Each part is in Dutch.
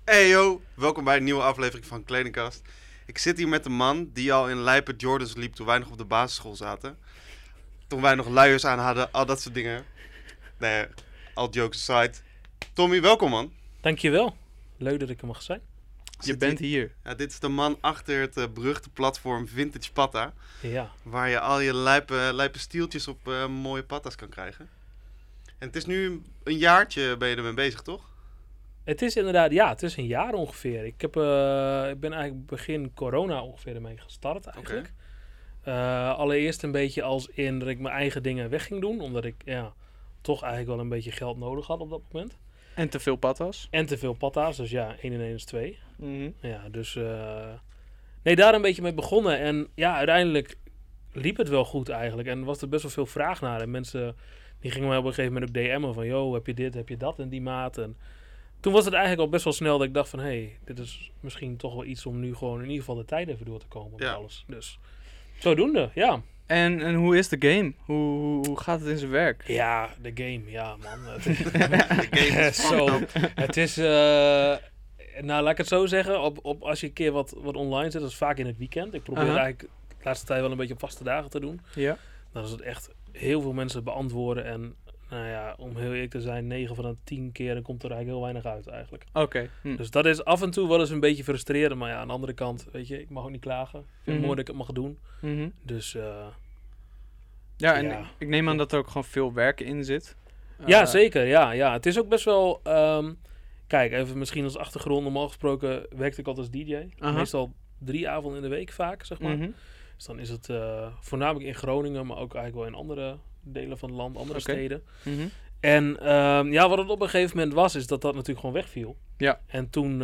Hey yo, welkom bij een nieuwe aflevering van Kledingkast. Ik zit hier met een man die al in lijpe Jordans liep toen wij nog op de basisschool zaten. Toen wij nog luiers aan hadden, al dat soort dingen. Nee, all jokes aside. Tommy, welkom man. Dankjewel. Leuk dat ik er mag zijn. Je bent hier. Ja, dit is de man achter het beruchte platform Vintage Patta. Ja. Waar je al je lijpe stieltjes op mooie patta's kan krijgen. En het is nu een jaartje ben je ermee bezig, toch? Het is inderdaad, ja, het is een jaar ongeveer. Ik ben eigenlijk begin corona ongeveer ermee gestart eigenlijk. Allereerst een beetje als in dat ik mijn eigen dingen weg ging doen. Omdat ik toch eigenlijk wel een beetje geld nodig had op dat moment. En te veel patas. En te veel patta's, dus ja, 1 en 1 is 2. Mm-hmm. Ja, dus nee, daar een beetje mee begonnen. En ja, uiteindelijk liep het wel goed eigenlijk. En was er best wel veel vraag naar. En mensen die gingen mij op een gegeven moment ook DM'en van... Yo, heb je dit, heb je dat in die maat? En toen was het eigenlijk al best wel snel dat ik dacht van... Hey, dit is misschien toch wel iets om nu gewoon in ieder geval de tijd even door te komen met alles. Dus zodoende, ja. En hoe is de game? Hoe gaat het in zijn werk? Ja, de game, ja man. De game is Zo, het is... nou, laat ik het zo zeggen. Als je een keer wat online zit, dat is vaak in het weekend. Ik probeer eigenlijk de laatste tijd wel een beetje op vaste dagen te doen. Ja. Dan is het echt heel veel mensen beantwoorden. En nou ja, om heel eerlijk te zijn, 9 van de 10 keer dan komt er eigenlijk heel weinig uit eigenlijk. Oké. Dus dat is af en toe wel eens een beetje frustrerend. Maar ja, aan de andere kant, weet je, ik mag ook niet klagen. Ik vind het mooi dat ik het mag doen. Mm-hmm. Dus Ja, en ja. ik neem aan dat er ook gewoon veel werk in zit. ja, zeker. Ja. Het is ook best wel... kijk, even misschien als achtergrond. Normaal gesproken werkte ik altijd als DJ. Aha. Meestal 3 avonden in de week vaak, zeg maar. Mm-hmm. Dus dan is het voornamelijk in Groningen, maar ook eigenlijk wel in andere delen van het land, andere steden. Mm-hmm. En wat het op een gegeven moment was, is dat natuurlijk gewoon wegviel. Ja. En toen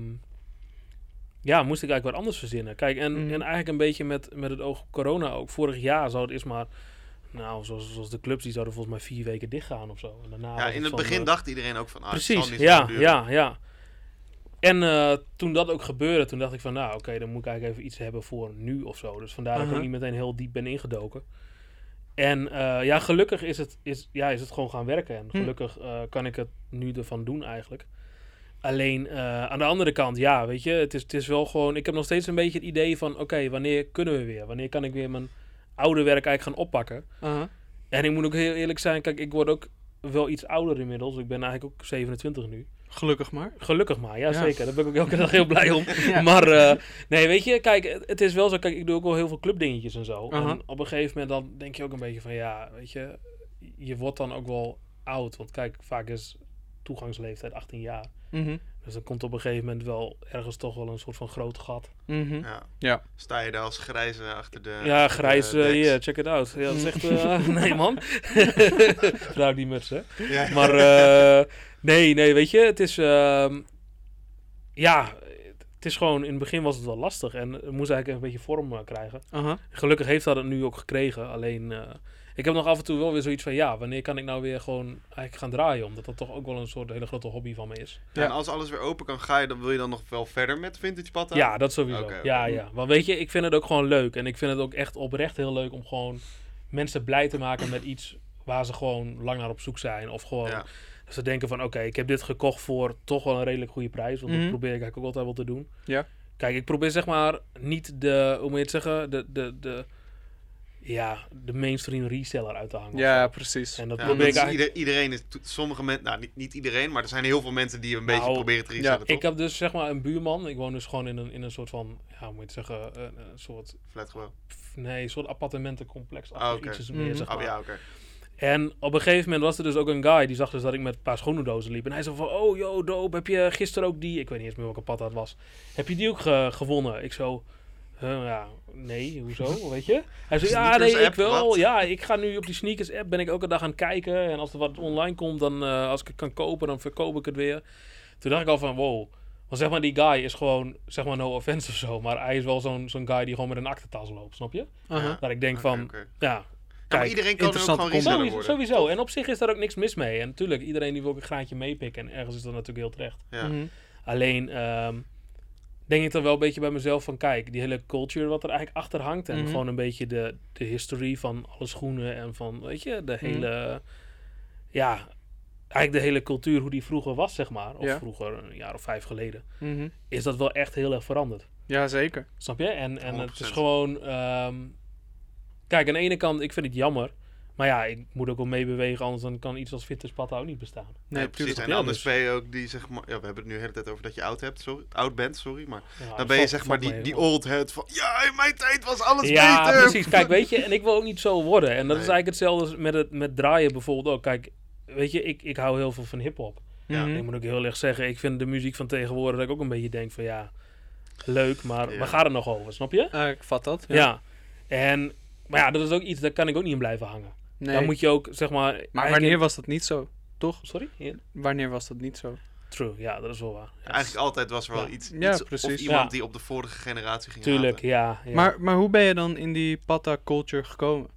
moest ik eigenlijk wat anders verzinnen. Kijk, en eigenlijk een beetje met het oog op corona ook. Vorig jaar zou het eerst maar... Nou, zoals de clubs, die zouden volgens mij 4 weken dichtgaan of zo. En daarna Ja, in het begin dacht iedereen ook van... precies, het zal niet zo duren. ja. En toen dat ook gebeurde, toen dacht ik van... Nou, oké, dan moet ik eigenlijk even iets hebben voor nu of zo. Dus vandaar dat ik ook niet meteen heel diep ben ingedoken. En gelukkig is het gewoon gaan werken. En gelukkig kan ik het nu ervan doen eigenlijk. Alleen aan de andere kant, ja, weet je, het is wel gewoon... Ik heb nog steeds een beetje het idee van... Oké, wanneer kunnen we weer? Wanneer kan ik weer mijn oude werk eigenlijk gaan oppakken? En ik moet ook heel eerlijk zijn, kijk, ik word ook wel iets ouder inmiddels. Ik ben eigenlijk ook 27 nu. Gelukkig maar. Gelukkig maar, ja zeker. Daar ben ik ook elke dag heel blij om. Ja. Maar nee, weet je, kijk, het is wel zo. Kijk, ik doe ook wel heel veel clubdingetjes en zo. En op een gegeven moment dan denk je ook een beetje van... Ja, weet je, je wordt dan ook wel oud. Want kijk, vaak is toegangsleeftijd 18 jaar. Mm-hmm. Dus dan komt op een gegeven moment wel ergens toch wel een soort van groot gat. Mm-hmm. Ja. Ja. Sta je daar als grijze achter de... Ja, grijs, de deks. check it out. Ja, dat is echt... nee, man. Draag die muts, hè. Ja. Maar nee, weet je, het is... het is gewoon... In het begin was het wel lastig. En het moest eigenlijk een beetje vorm krijgen. Gelukkig heeft dat het nu ook gekregen. Alleen... ik heb nog af en toe wel weer zoiets van... Ja, wanneer kan ik nou weer gewoon eigenlijk gaan draaien? Omdat dat toch ook wel een soort hele grote hobby van me is. Ja, en als alles weer open kan, wil je dan nog wel verder met Vintage Patta? Ja, dat sowieso. Oké. Ja. Want weet je, ik vind het ook gewoon leuk. En ik vind het ook echt oprecht heel leuk om gewoon mensen blij te maken met iets waar ze gewoon lang naar op zoek zijn. Of gewoon Ja. dat ze denken van oké, ik heb dit gekocht voor toch wel een redelijk goede prijs. Want dat probeer ik eigenlijk ook altijd wel te doen. Ja. Kijk, ik probeer zeg maar niet de, hoe moet je het zeggen, de mainstream reseller uit te hangen. Ja, precies. En dat Ja, probeer ik want eigenlijk... iedereen is... Sommige mensen... Nou, niet iedereen, maar er zijn heel veel mensen die een beetje proberen te resellen, toch? Ik heb dus zeg maar een buurman. Ik woon dus gewoon in een soort van, ja, hoe moet je het zeggen, een soort... Flatgebouw. Nee, een soort appartementencomplex. Oké. Ietsjes meer, zeg maar. Oh ja, oké. En op een gegeven moment was er dus ook een guy die zag dus dat ik met een paar schoenendozen liep. En hij zei van, oh yo, dope, heb je gisteren ook die... Ik weet niet eens meer welke pad dat was. Heb je die ook gewonnen? Ik zo, ja, nee, hoezo, weet je? Hij zei, ja, nee, ik wel. Wat? Ja, ik ga nu op die sneakers app, ben ik elke dag aan het kijken. En als er wat online komt, dan als ik het kan kopen, dan verkoop ik het weer. Toen dacht ik al van, wow. Want zeg maar, die guy is gewoon, zeg maar, no offense of zo. Maar hij is wel zo'n guy die gewoon met een aktentas loopt, snap je? Dat ik denk van, Oké. ja... Ja, maar Kijk, iedereen kan er ook gewoon reseller worden. Sowieso. En op zich is daar ook niks mis mee. En natuurlijk, iedereen die wil ook een graantje meepikken. En ergens is dat natuurlijk heel terecht. Ja. Alleen denk ik dan wel een beetje bij mezelf van... Kijk, die hele culture wat er eigenlijk achter hangt. En gewoon een beetje de history van alle schoenen. En van, weet je, de hele... Ja, eigenlijk de hele cultuur, hoe die vroeger was, zeg maar. Of Ja. vroeger, een jaar of 5 geleden. Mhm. Is dat wel echt heel erg veranderd. Ja, zeker. Snap je? En het 100%. is gewoon... kijk, aan de ene kant, ik vind het jammer. Maar ja, ik moet ook wel meebewegen, anders dan kan iets als Vintage Patta ook niet bestaan. Nee, precies. tuurlijk. En Ja, anders dus- ben je ook die, zeg maar... Ja, we hebben het nu de hele tijd over dat je oud bent, maar... Ja, Dan dat ben je valt- zeg maar valt mee, die man. old head van... Ja, in mijn tijd was alles Ja, beter. precies. Kijk, weet je, en ik wil ook niet zo worden. En dat is Nee. eigenlijk hetzelfde met draaien bijvoorbeeld ook. Kijk, weet je, ik hou heel veel van hiphop. Ja, Mhm. Ik moet ook heel erg zeggen, ik vind de muziek van tegenwoordig dat ik ook een beetje denk van ja, leuk, maar Ja. waar gaat het nog over, snap je? Ik vat dat. Ja. Maar ja, dat is ook iets, daar kan ik ook niet in blijven hangen. Nee. Dan moet je ook, zeg maar... Maar eigenlijk- wanneer was dat niet zo? Toch? Sorry? Ja. Wanneer was dat niet zo? True, ja, dat is wel waar. Ja, Eigenlijk altijd was er wel Ja. iets, Ja, iets precies. of iemand Ja. die op de vorige generatie ging tuurlijk, haten. ja. Maar hoe ben je dan in die Patta culture gekomen?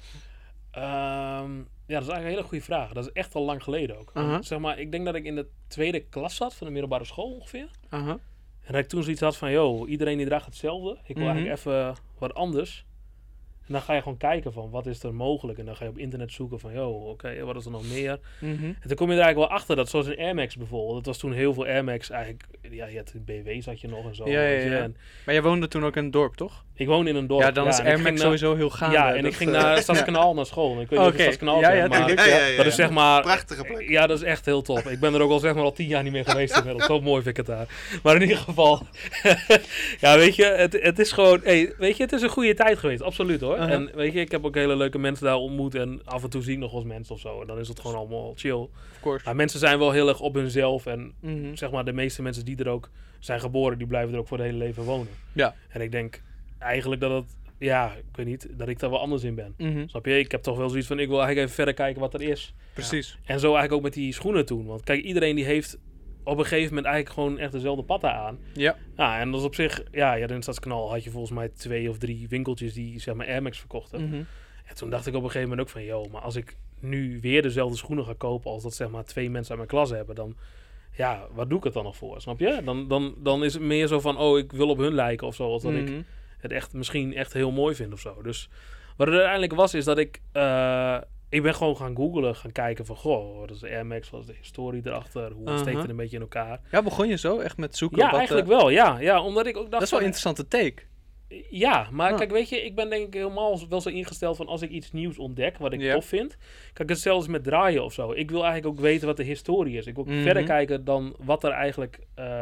Ja, dat is eigenlijk een hele goede vraag. Dat is echt al lang geleden ook. Want, Aha. zeg maar, ik denk dat ik in de 2e klas zat van de middelbare school ongeveer. Aha. En dat ik toen zoiets had van, joh, iedereen die draagt hetzelfde. Ik wil Mhm. eigenlijk even wat anders. En dan ga je gewoon kijken van, wat is er mogelijk? En dan ga je op internet zoeken van, joh, oké, wat is er nog meer? Mhm. En toen kom je er eigenlijk wel achter dat, zoals een Air Max bijvoorbeeld. Dat was toen heel veel Air Max eigenlijk, ja, je had de BW's had je nog en zo. Ja, weet ja, je. ja. En Maar jij woonde toen ook in het dorp, toch? ik woonde in een dorp. Ja, dan is en ik Air ging Max naar- sowieso heel gaande. Ja, en ik ging naar Stadskanaal naar school. En ik weet niet of je Oké. Stadskanaal Ja, kent, ja, maar tuurlijk. Ja. dat is zeg maar... Prachtige plek. Ja, dat is echt heel top. Ik ben er ook al zeg maar al 10 jaar niet meer geweest inmiddels. Zo mooi vind ik het daar. Maar in ieder geval... ja, weet je, het is gewoon... weet je, het is een goede tijd geweest. Absoluut hoor. Uh-huh. En weet je, ik heb ook hele leuke mensen daar ontmoet. En af en toe zie ik nog wel eens mensen of zo. En dan is het gewoon allemaal chill. Of course. Maar mensen zijn wel heel erg op hunzelf. En Mhm. zeg maar, de meeste mensen die er ook zijn geboren, die blijven er ook voor het hele leven wonen. Ja. En ik denk eigenlijk dat het... Ja, ik weet niet, dat ik daar wel anders in ben. Mhm. Snap je? Ik heb toch wel zoiets van, ik wil eigenlijk even verder kijken wat er is. Precies. En zo eigenlijk ook met die schoenen toen. Want kijk, iedereen die heeft op een gegeven moment eigenlijk gewoon echt dezelfde patta aan. Ja. Ja, en dat is op zich... Ja, in het Stadskanaal had je volgens mij 2 of 3 winkeltjes die zeg maar Air Max verkochten. Mhm. En toen dacht ik op een gegeven moment ook van... Yo, maar als ik nu weer dezelfde schoenen ga kopen als dat zeg maar 2 mensen uit mijn klas hebben, dan... Ja, wat doe ik het dan nog voor? Snap je? Dan is het meer zo van, oh, ik wil op hun lijken of zo. Als dat ik Mhm. het echt misschien echt heel mooi vind of zo. Dus wat het uiteindelijk was, is dat ik ben gewoon gaan googlen, gaan kijken van, goh, wat is de Air Max, wat is de historie erachter, hoe steekt het een beetje in elkaar. Ja, begon je zo echt met zoeken? Ja, wat, eigenlijk wel, ja. Ja, omdat ik ook dacht Dat is wel een van, interessante take. ja, maar Ja. kijk, weet je, ik ben denk ik helemaal wel zo ingesteld van als ik iets nieuws ontdek, wat ik Ja. tof vind. Kijk, hetzelfde is met draaien of zo. Ik wil eigenlijk ook weten wat de historie is. Ik wil Mhm. verder kijken dan wat er eigenlijk,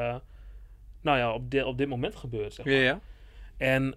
nou ja, op dit moment gebeurt, zeg maar. Ja, ja. En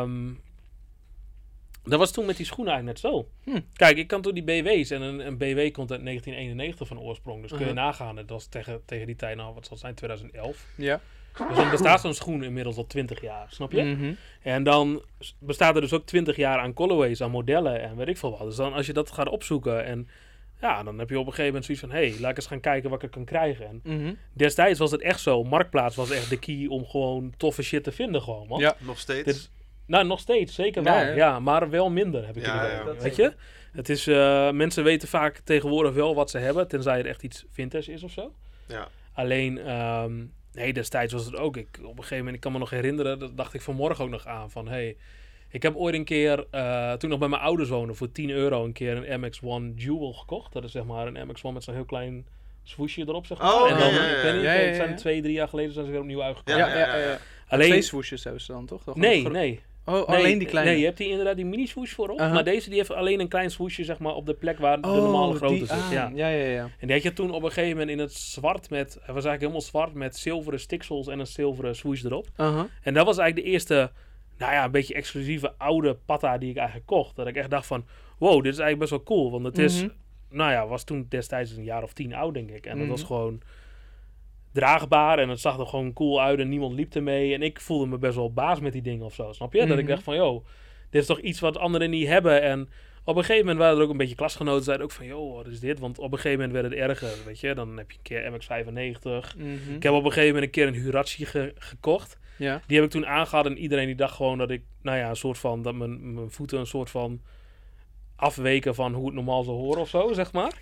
dat was toen met die schoenen eigenlijk net zo. Hm. Kijk, ik kan toen die BW's. En een BW komt uit 1991 van oorsprong. Dus kun je Uh-huh. nagaan. Het was tegen die tijd, nou wat zal het zijn, 2011. Ja. Dus dan bestaat zo'n schoen inmiddels al 20 jaar, snap je? Mhm. En dan bestaat er dus ook 20 jaar aan colorways, aan modellen en weet ik veel wat. Dus dan als je dat gaat opzoeken en ja, dan heb je op een gegeven moment zoiets van... Hé, laat ik eens gaan kijken wat ik kan krijgen. En Mhm. destijds was het echt zo. Marktplaats was echt de key om gewoon toffe shit te vinden gewoon, man. Ja. Nog steeds. Dit is- Nou, nog steeds, zeker Ja, waar. ja. Ja, maar wel minder, heb ik Ja, het idee. ja. Dat Weet zeker. je? Het is, mensen weten vaak tegenwoordig wel wat ze hebben, tenzij het echt iets vintage is of zo. Ja. Alleen, nee, destijds was het ook. Op een gegeven moment, ik kan me nog herinneren, dat dacht ik vanmorgen ook nog aan, van hey, ik heb ooit een keer, toen ik nog bij mijn ouders woonde, voor €10 een keer een MX-1 Jewel gekocht. Dat is zeg maar een MX-1 met zo'n heel klein swoesje erop, zeg maar. Oh, en dan, ja, ja, ja. ik weet niet, Ja, het ja, zijn ja. 2-3 jaar geleden zijn ze weer opnieuw uitgekomen. Ja, Ja, ja, ja, ja. ja. Twee Alleen, swoesjes hebben ze dan, toch? Toch nee, een nee. Oh, Nee, alleen die kleine. Nee, je hebt die inderdaad die mini swoosh voorop. Uh-huh. Maar deze die heeft alleen een klein swoeshje zeg maar op de plek waar de Oh, normale grootte die zit. aan. Ja. Ja, ja, ja. En die had je toen op een gegeven moment in het zwart met... Hij was eigenlijk helemaal zwart met zilveren stiksels en een zilveren swoosh erop. Uh-huh. En dat was eigenlijk de eerste, nou ja, een beetje exclusieve oude patta die ik eigenlijk kocht. Dat ik echt dacht van, wow, dit is eigenlijk best wel cool. Want het is, Mhm. nou ja, was toen destijds een jaar of 10 oud, denk ik. En dat Mhm. was gewoon draagbaar en het zag er gewoon cool uit en niemand liep ermee. En ik voelde me best wel baas met die dingen of zo, snap je? Dat ik Mhm. dacht van, joh, dit is toch iets wat anderen niet hebben. En op een gegeven moment waren er ook een beetje klasgenoten, zeiden ook van, joh, wat is dit? Want op een gegeven moment werd het erger, weet je? Dan heb je een keer MX-95. Mhm. Ik heb op een gegeven moment een keer een Hurachi gekocht. Ja. Die heb ik toen aangehad en iedereen die dacht gewoon dat ik, nou ja, een soort van, dat mijn voeten een soort van afweken van hoe het normaal zou horen of zo, zeg maar.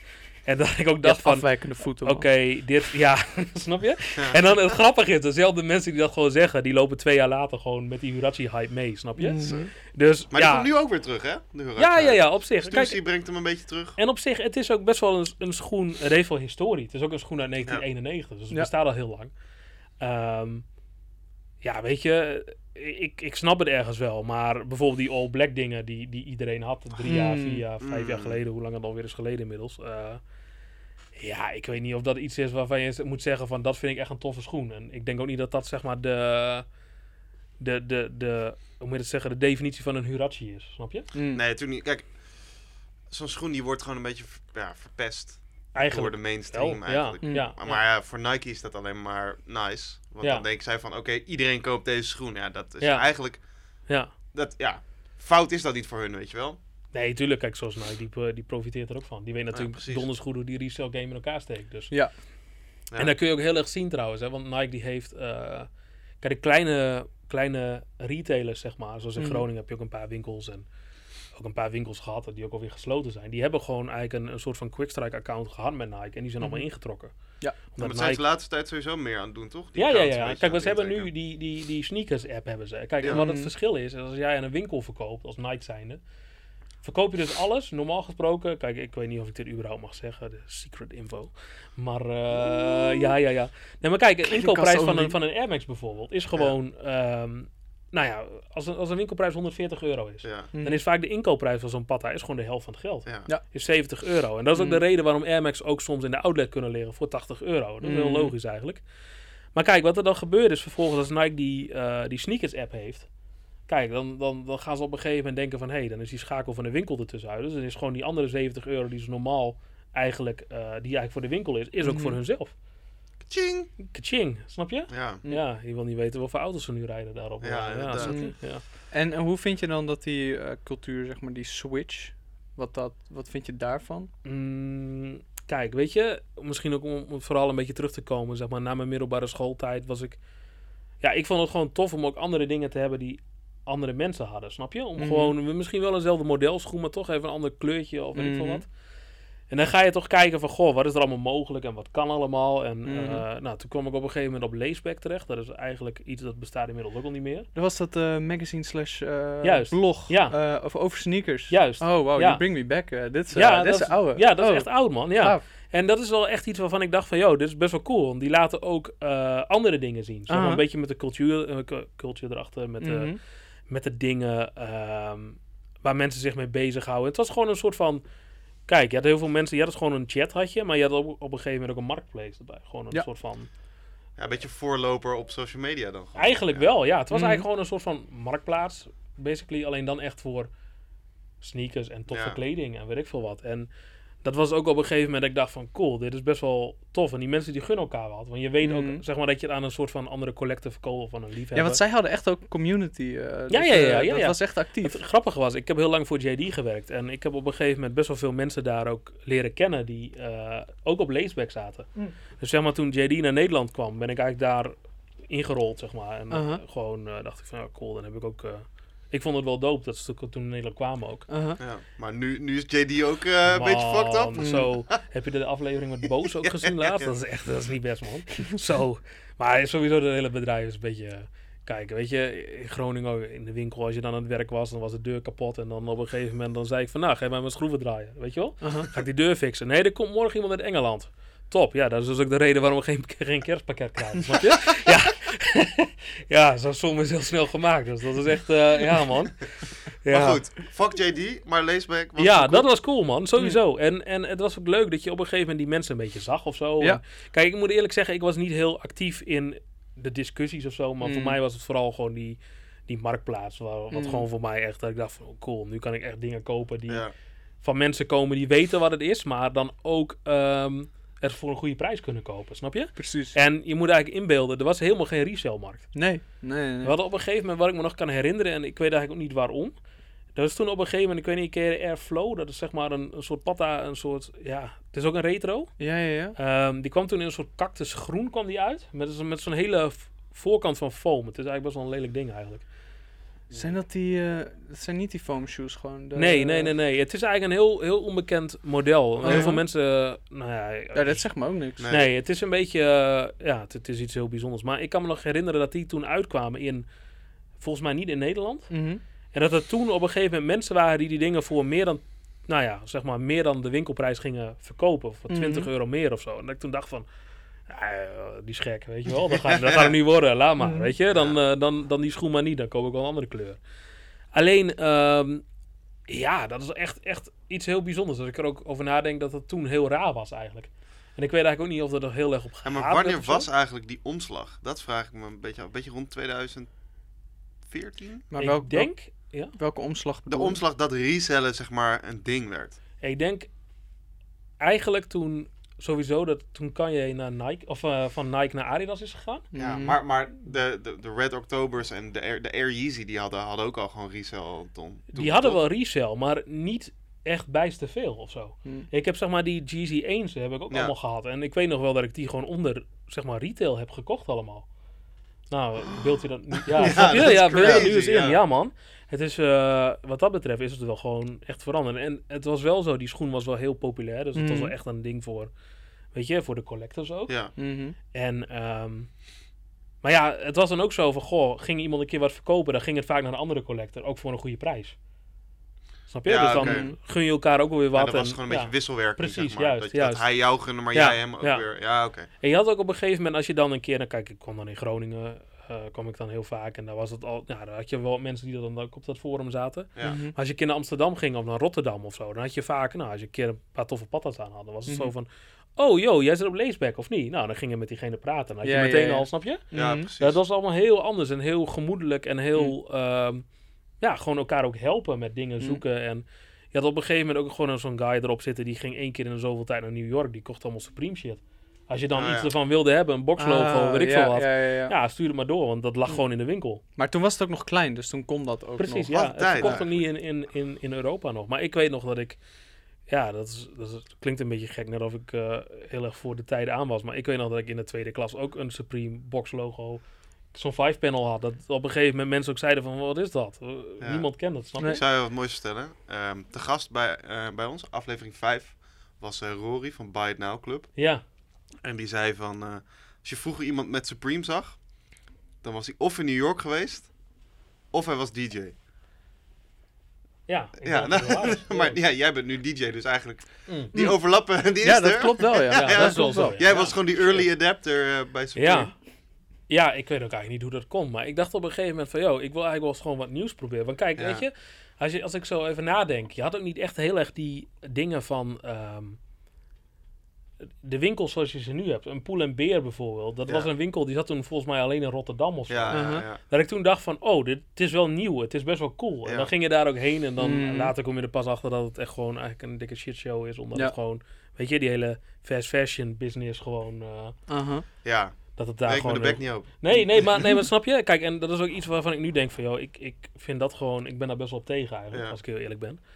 En dat ik ook Je dacht hebt van... afwijkende voeten, man. Oké, dit... Ja, snap je? Ja. En dan het grappige is, dezelfde mensen die dat gewoon zeggen, die lopen 2 jaar later gewoon met die Hurachi-hype mee, snap je? Mhm. Dus Maar die ja, komt nu ook weer terug, hè? De Hurachi. ja, op zich. Stussy Kijk, brengt hem een beetje terug. en op zich, het is ook best wel een schoen, het heeft wel historie. Het is ook een schoen uit 1991, dus het Ja. bestaat al heel lang. Ja, weet je, ik snap het ergens wel, maar bijvoorbeeld die all black dingen die iedereen had 3 jaar, 4 jaar, 5 jaar geleden, hoe lang het alweer is geleden inmiddels. Ja, ik weet niet of dat iets is waarvan je moet zeggen van dat vind ik echt een toffe schoen. En ik denk ook niet dat dat zeg maar de hoe moet je het zeggen, de definitie van een Hurachi is, snap je? Mm. Nee, natuurlijk niet. Kijk, zo'n schoen die wordt gewoon een beetje verpest door Eigenlijk de mainstream wel, eigenlijk. Mm. ja. Maar ja, voor Nike is dat alleen maar nice. Want Ja. dan denken zij van, oké, iedereen koopt deze schoen. Ja, dat is Ja. eigenlijk... Ja. Fout is dat niet voor hun, weet je wel? Nee, tuurlijk. Kijk, zoals Nike, die profiteert er ook van. Die weet natuurlijk precies. donders goed hoe die resale game in elkaar steekt. Dus. Ja. Ja. En dat kun je ook heel erg zien trouwens. Hè, want Nike die heeft... kijk, de kleine retailers, zeg maar. Zoals in Mhm. Groningen heb je ook een paar winkels. En ook een paar winkels gehad die ook alweer gesloten zijn. Die hebben gewoon eigenlijk een soort van Quickstrike-account gehad met Nike. En die zijn allemaal Mhm. ingetrokken. Ja. Maar Omdat dat zijn ze de laatste tijd sowieso meer aan het doen, toch? Die Ja. accounts een beetje Kijk, aan ze het hebben nu intrekken. die sneakers app hebben ze. Kijk, Ja. en wat het Mhm. verschil is als jij aan een winkel verkoopt, als Nike zijnde, verkoop je dus alles, normaal gesproken. Kijk, ik weet niet of ik dit überhaupt mag zeggen, de secret info. Maar ja. Nee, maar kijk, een inkoopprijs van een Air Max bijvoorbeeld is gewoon, nou ja, als een winkelprijs €140 is. Ja. Mm. Dan is vaak de inkoopprijs van zo'n Patta is gewoon de helft van het geld. Ja. Ja. Is €70. En dat is ook de Mm. reden waarom Air Max ook soms in de outlet kunnen liggen voor €80. Dat is heel Mm. logisch eigenlijk. Maar kijk, wat er dan gebeurt is vervolgens als Nike die sneakers app heeft. Kijk, dan gaan ze op een gegeven moment denken van... hé, dan is die schakel van de winkel ertussenuit. Dus dan is gewoon die andere €70 die ze normaal eigenlijk... die eigenlijk voor de winkel is ook Mhm. voor hunzelf. Tjing! Kaching, snap je? Ja. Mm. Ja, je wil niet weten wat voor auto's ze nu rijden daarop. Ja, inderdaad. snap je? Mm. Ja. En hoe vind je dan dat die cultuur, zeg maar, die switch... Wat vind je daarvan? Kijk, weet je, misschien ook om vooral een beetje terug te komen, zeg maar, na mijn middelbare schooltijd was ik... Ja, ik vond het gewoon tof om ook andere dingen te hebben die andere mensen hadden, snap je? Om Mhm. gewoon, misschien wel eenzelfde modelschoen, maar toch even een ander kleurtje of weet ik veel Mhm. wat. En dan ga je toch kijken van, goh, wat is er allemaal mogelijk en wat kan allemaal? En Mhm. nou, toen kwam ik op een gegeven moment op Laceback terecht. Dat is eigenlijk iets dat bestaat inmiddels ook al niet meer. Dat was dat magazine slash Juist. blog Ja. over sneakers. Juist. Oh, wow, Ja. you bring me back. Dit is Ja, dit is dat oude. Ja, dat Oh, is echt oud, man. Ja. gaaf. En dat is wel echt iets waarvan ik dacht van... joh, dit is best wel cool. Want die laten ook andere dingen zien. Zeg maar Aha. een beetje met de cultuur erachter. Mhm. Met de dingen waar mensen zich mee bezighouden. Het was gewoon een soort van... Kijk, je had heel veel mensen... Je had dus gewoon een chat had je. Maar je had ook op een gegeven moment ook een marketplace erbij. Gewoon een Ja. soort van... Ja, een beetje voorloper op social media dan. gewoon. Eigenlijk Ja. wel, ja. Het was Mhm. eigenlijk gewoon een soort van marktplaats. Basically alleen dan echt voor sneakers en toffe Ja. kleding en weet ik veel wat. En dat was ook op een gegeven moment dat ik dacht van cool, dit is best wel tof. En die mensen die gunnen elkaar wat. Want je weet ook, Mhm. zeg maar, dat je het aan een soort van andere collector verkoopt of van een liefhebber. Ja, want zij hadden echt ook community. Ja, dus, ja. Dat Ja. was echt actief. Het grappige was, ik heb heel lang voor JD gewerkt. En ik heb op een gegeven moment best wel veel mensen daar ook leren kennen die ook op Laceback zaten. Mm. Dus zeg maar, toen JD naar Nederland kwam, ben ik eigenlijk daar ingerold, zeg maar. En Uh-huh. gewoon dacht ik van, ja, cool, dan heb ik ook... ik vond het wel dope dat ze toen in Nederland kwamen ook. Uh-huh. Ja. Maar nu is JD ook een beetje fucked up. Man, Zo, heb je de aflevering met Boos ook gezien laatst? Dat is niet best, man. Zo, maar sowieso de hele bedrijf is een beetje... Kijk, weet je, in Groningen ook, in de winkel, als je dan aan het werk was, dan was de deur kapot. En dan op een gegeven moment, dan zei ik van, nou, ga mij mijn schroeven draaien, weet je wel? Uh-huh. Ga ik die deur fixen? Nee, er komt morgen iemand uit Engeland. Top, ja, dat is dus ook de reden waarom we geen kerstpakket krijgen, snap je? Ja, ja, zo'n som is heel snel gemaakt, dus dat is echt, ja, man. Ja. Maar goed, fuck JD, maar Laceback was Ja, cool. dat was cool, man. Sowieso. En het was ook leuk dat je op een gegeven moment die mensen een beetje zag of zo. Ja. En, kijk, ik moet eerlijk zeggen, ik was niet heel actief in de discussies of zo. Maar voor mij was het vooral gewoon die marktplaats. Wat gewoon voor mij echt, dat ik dacht van, oh, cool, nu kan ik echt dingen kopen die Ja. van mensen komen die weten wat het is. Maar dan ook er voor een goede prijs kunnen kopen, snap je? Precies. En je moet eigenlijk inbeelden, er was helemaal geen resale-markt. Nee. We hadden op een gegeven moment, wat ik me nog kan herinneren, en ik weet eigenlijk ook niet waarom. Dat is toen op een gegeven moment, ik weet niet, ken je de Airflow? Dat is zeg maar een soort Patta, een soort, ja, het is ook een retro. Ja. Die kwam toen in een soort cactusgroen kwam die uit, met zo'n hele voorkant van foam. Het is eigenlijk best wel een lelijk ding eigenlijk. Zijn dat dat zijn niet die foam shoes gewoon? Nee. Het is eigenlijk een heel onbekend model. Heel veel mensen... Ja, dat zegt me ook niks. Nee, het is een beetje... het is iets heel bijzonders. Maar ik kan me nog herinneren dat die toen uitkwamen in... Volgens mij niet in Nederland. Mhm. En dat er toen op een gegeven moment mensen waren die dingen voor meer dan... meer dan de winkelprijs gingen verkopen. Voor 20 euro meer of zo. En dat ik toen dacht van... die is gek, weet je wel. Dat gaat het niet worden. Laat maar, weet je. Dan die schoen maar niet. Dan koop ik wel een andere kleur. Alleen, dat is echt iets heel bijzonders. Dat ik er ook over nadenk dat het toen heel raar was eigenlijk. En ik weet eigenlijk ook niet of er heel erg op gaat. Maar wanneer was eigenlijk die omslag? Dat vraag ik me een beetje rond 2014? Maar Ik denk... welke omslag? De omslag dat resellen zeg maar een ding werd. Ik denk eigenlijk toen Kanye naar Nike of van Nike naar Adidas is gegaan. Ja, maar de Red Octobers en de Air Yeezy die hadden ook al gewoon resell ton. Die hadden wel resell, maar niet echt bijster veel of zo. Ik heb zeg maar die Yeezy 1's heb ik ook allemaal gehad. En ik weet nog wel dat ik die gewoon onder zeg maar retail heb gekocht allemaal. Nou, beeld je dat niet? Ja, nu is in. Ja, man. Het is, wat dat betreft is het wel gewoon echt veranderd. En het was wel zo, die schoen was wel heel populair. Dus het was wel echt een ding voor, weet je, voor de collectors ook. Ja. En, maar ja, het was dan ook zo van, ging iemand een keer wat verkopen, dan ging het vaak naar een andere collector, ook voor een goede prijs. Snap je? Ja, dus dan gun je elkaar ook wel weer wat. Ja, dat was gewoon een beetje wisselwerking, precies, zeg maar. juist. Dat hij jou gunde, maar jij hem ook weer. Ja, oké. En je had ook op een gegeven moment, als je dan een keer, dan kijk, ik kwam dan in Groningen, kwam ik dan heel vaak. En daar was het al, daar had je wel mensen die dan ook op dat forum zaten. Ja. Maar als je een keer naar Amsterdam ging of naar Rotterdam of zo, dan had je vaak, als je een keer een paar toffe patas aan had, dan was het zo van, oh joh, jij zit op Leesbeck of niet? Nou, dan ging je met diegene praten. Dan had je meteen al, snap je? Ja, precies. Dat was allemaal heel anders en heel gemoedelijk en heel, gewoon elkaar ook helpen met dingen zoeken. En je had op een gegeven moment ook gewoon zo'n guy erop zitten, die ging 1 keer in de zoveel tijd naar New York, die kocht allemaal Supreme shit. Als je dan iets ervan wilde hebben, een boxlogo, weet ik veel wat. Ja, stuur het maar door, want dat lag gewoon in de winkel. Maar toen was het ook nog klein, dus toen kon dat ook precies, nog. Precies, het kocht ook niet in Europa nog. Maar ik weet nog dat ik... Ja, dat klinkt een beetje gek, net of ik heel erg voor de tijden aan was. Maar ik weet nog dat ik in de tweede klas ook een Supreme boxlogo, zo'n 5-panel had. Dat op een gegeven moment mensen ook zeiden van, wat is dat? Niemand kent dat, snap je? Ik zou je wat moois vertellen. Te gast bij ons, aflevering 5, was Rory van Buy It Now Club. Ja. En die zei van, als je vroeger iemand met Supreme zag, dan was hij of in New York geweest, of hij was DJ. Ja, maar jij bent nu DJ, dus eigenlijk die overlappen, die is er. Dat klopt wel, ja. Dat is wel zo. Jij was gewoon die early adapter bij Supreme. Ja, ik weet ook eigenlijk niet hoe dat kon, maar ik dacht op een gegeven moment van, ik wil eigenlijk wel eens gewoon wat nieuws proberen. Want kijk, weet je, als ik zo even nadenk, je had ook niet echt heel erg die dingen van... de winkels zoals je ze nu hebt. Een Poel en Beer bijvoorbeeld. Dat was een winkel, die zat toen volgens mij alleen in Rotterdam of zo. Dat ik toen dacht van, dit is wel nieuw. Het is best wel cool. En dan ging je daar ook heen. En dan later kom je er pas achter dat het echt gewoon eigenlijk een dikke shitshow is. Omdat het gewoon, weet je, die hele fast fashion business gewoon... Ja. Dat het daar gewoon... Ik me de bek niet open. Nee, maar snap je? Kijk, en dat is ook iets waarvan ik nu denk van, ik vind dat gewoon... Ik ben daar best wel op tegen eigenlijk, als ik heel eerlijk ben.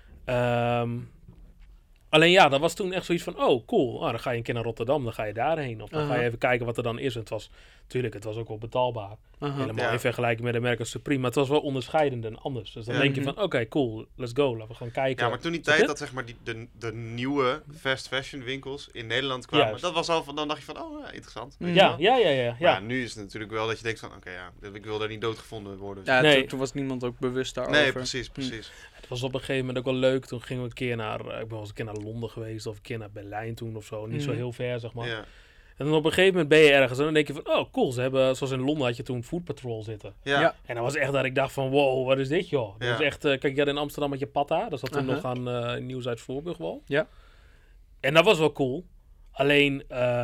Alleen dat was toen echt zoiets van, cool. Dan ga je een keer naar Rotterdam, dan ga je daarheen. Of dan ga je even kijken wat er dan is. En het was ook wel betaalbaar. Helemaal in vergelijking met de merken Supreme. Maar het was wel onderscheidend en anders. Dus dan denk je van, oké, cool, let's go. Laten we gaan kijken. Ja, maar toen die tijd dat zeg maar de nieuwe fast fashion winkels in Nederland kwamen. Dat was al van, dan dacht je van, interessant. Ja. Maar nu is het natuurlijk wel dat je denkt van, ik wil daar niet doodgevonden worden. Ja, toen was niemand ook bewust daarover. Nee, precies. Het was op een gegeven moment ook wel leuk. Toen gingen we een keer naar... ik ben wel eens een keer naar Londen geweest. Of een keer naar Berlijn toen of zo. Niet zo heel ver, zeg maar. Ja. En dan op een gegeven moment ben je ergens. En dan denk je van... cool. Ze hebben... Zoals in Londen had je toen Food Patrol zitten. Ja. En dat was echt dat ik dacht van... Wow, wat is dit, joh? Dat was echt... kijk, in Amsterdam had je Patta. Dat zat toen nog aan Nieuws uit Voorburgwal. Ja. En dat was wel cool. Alleen...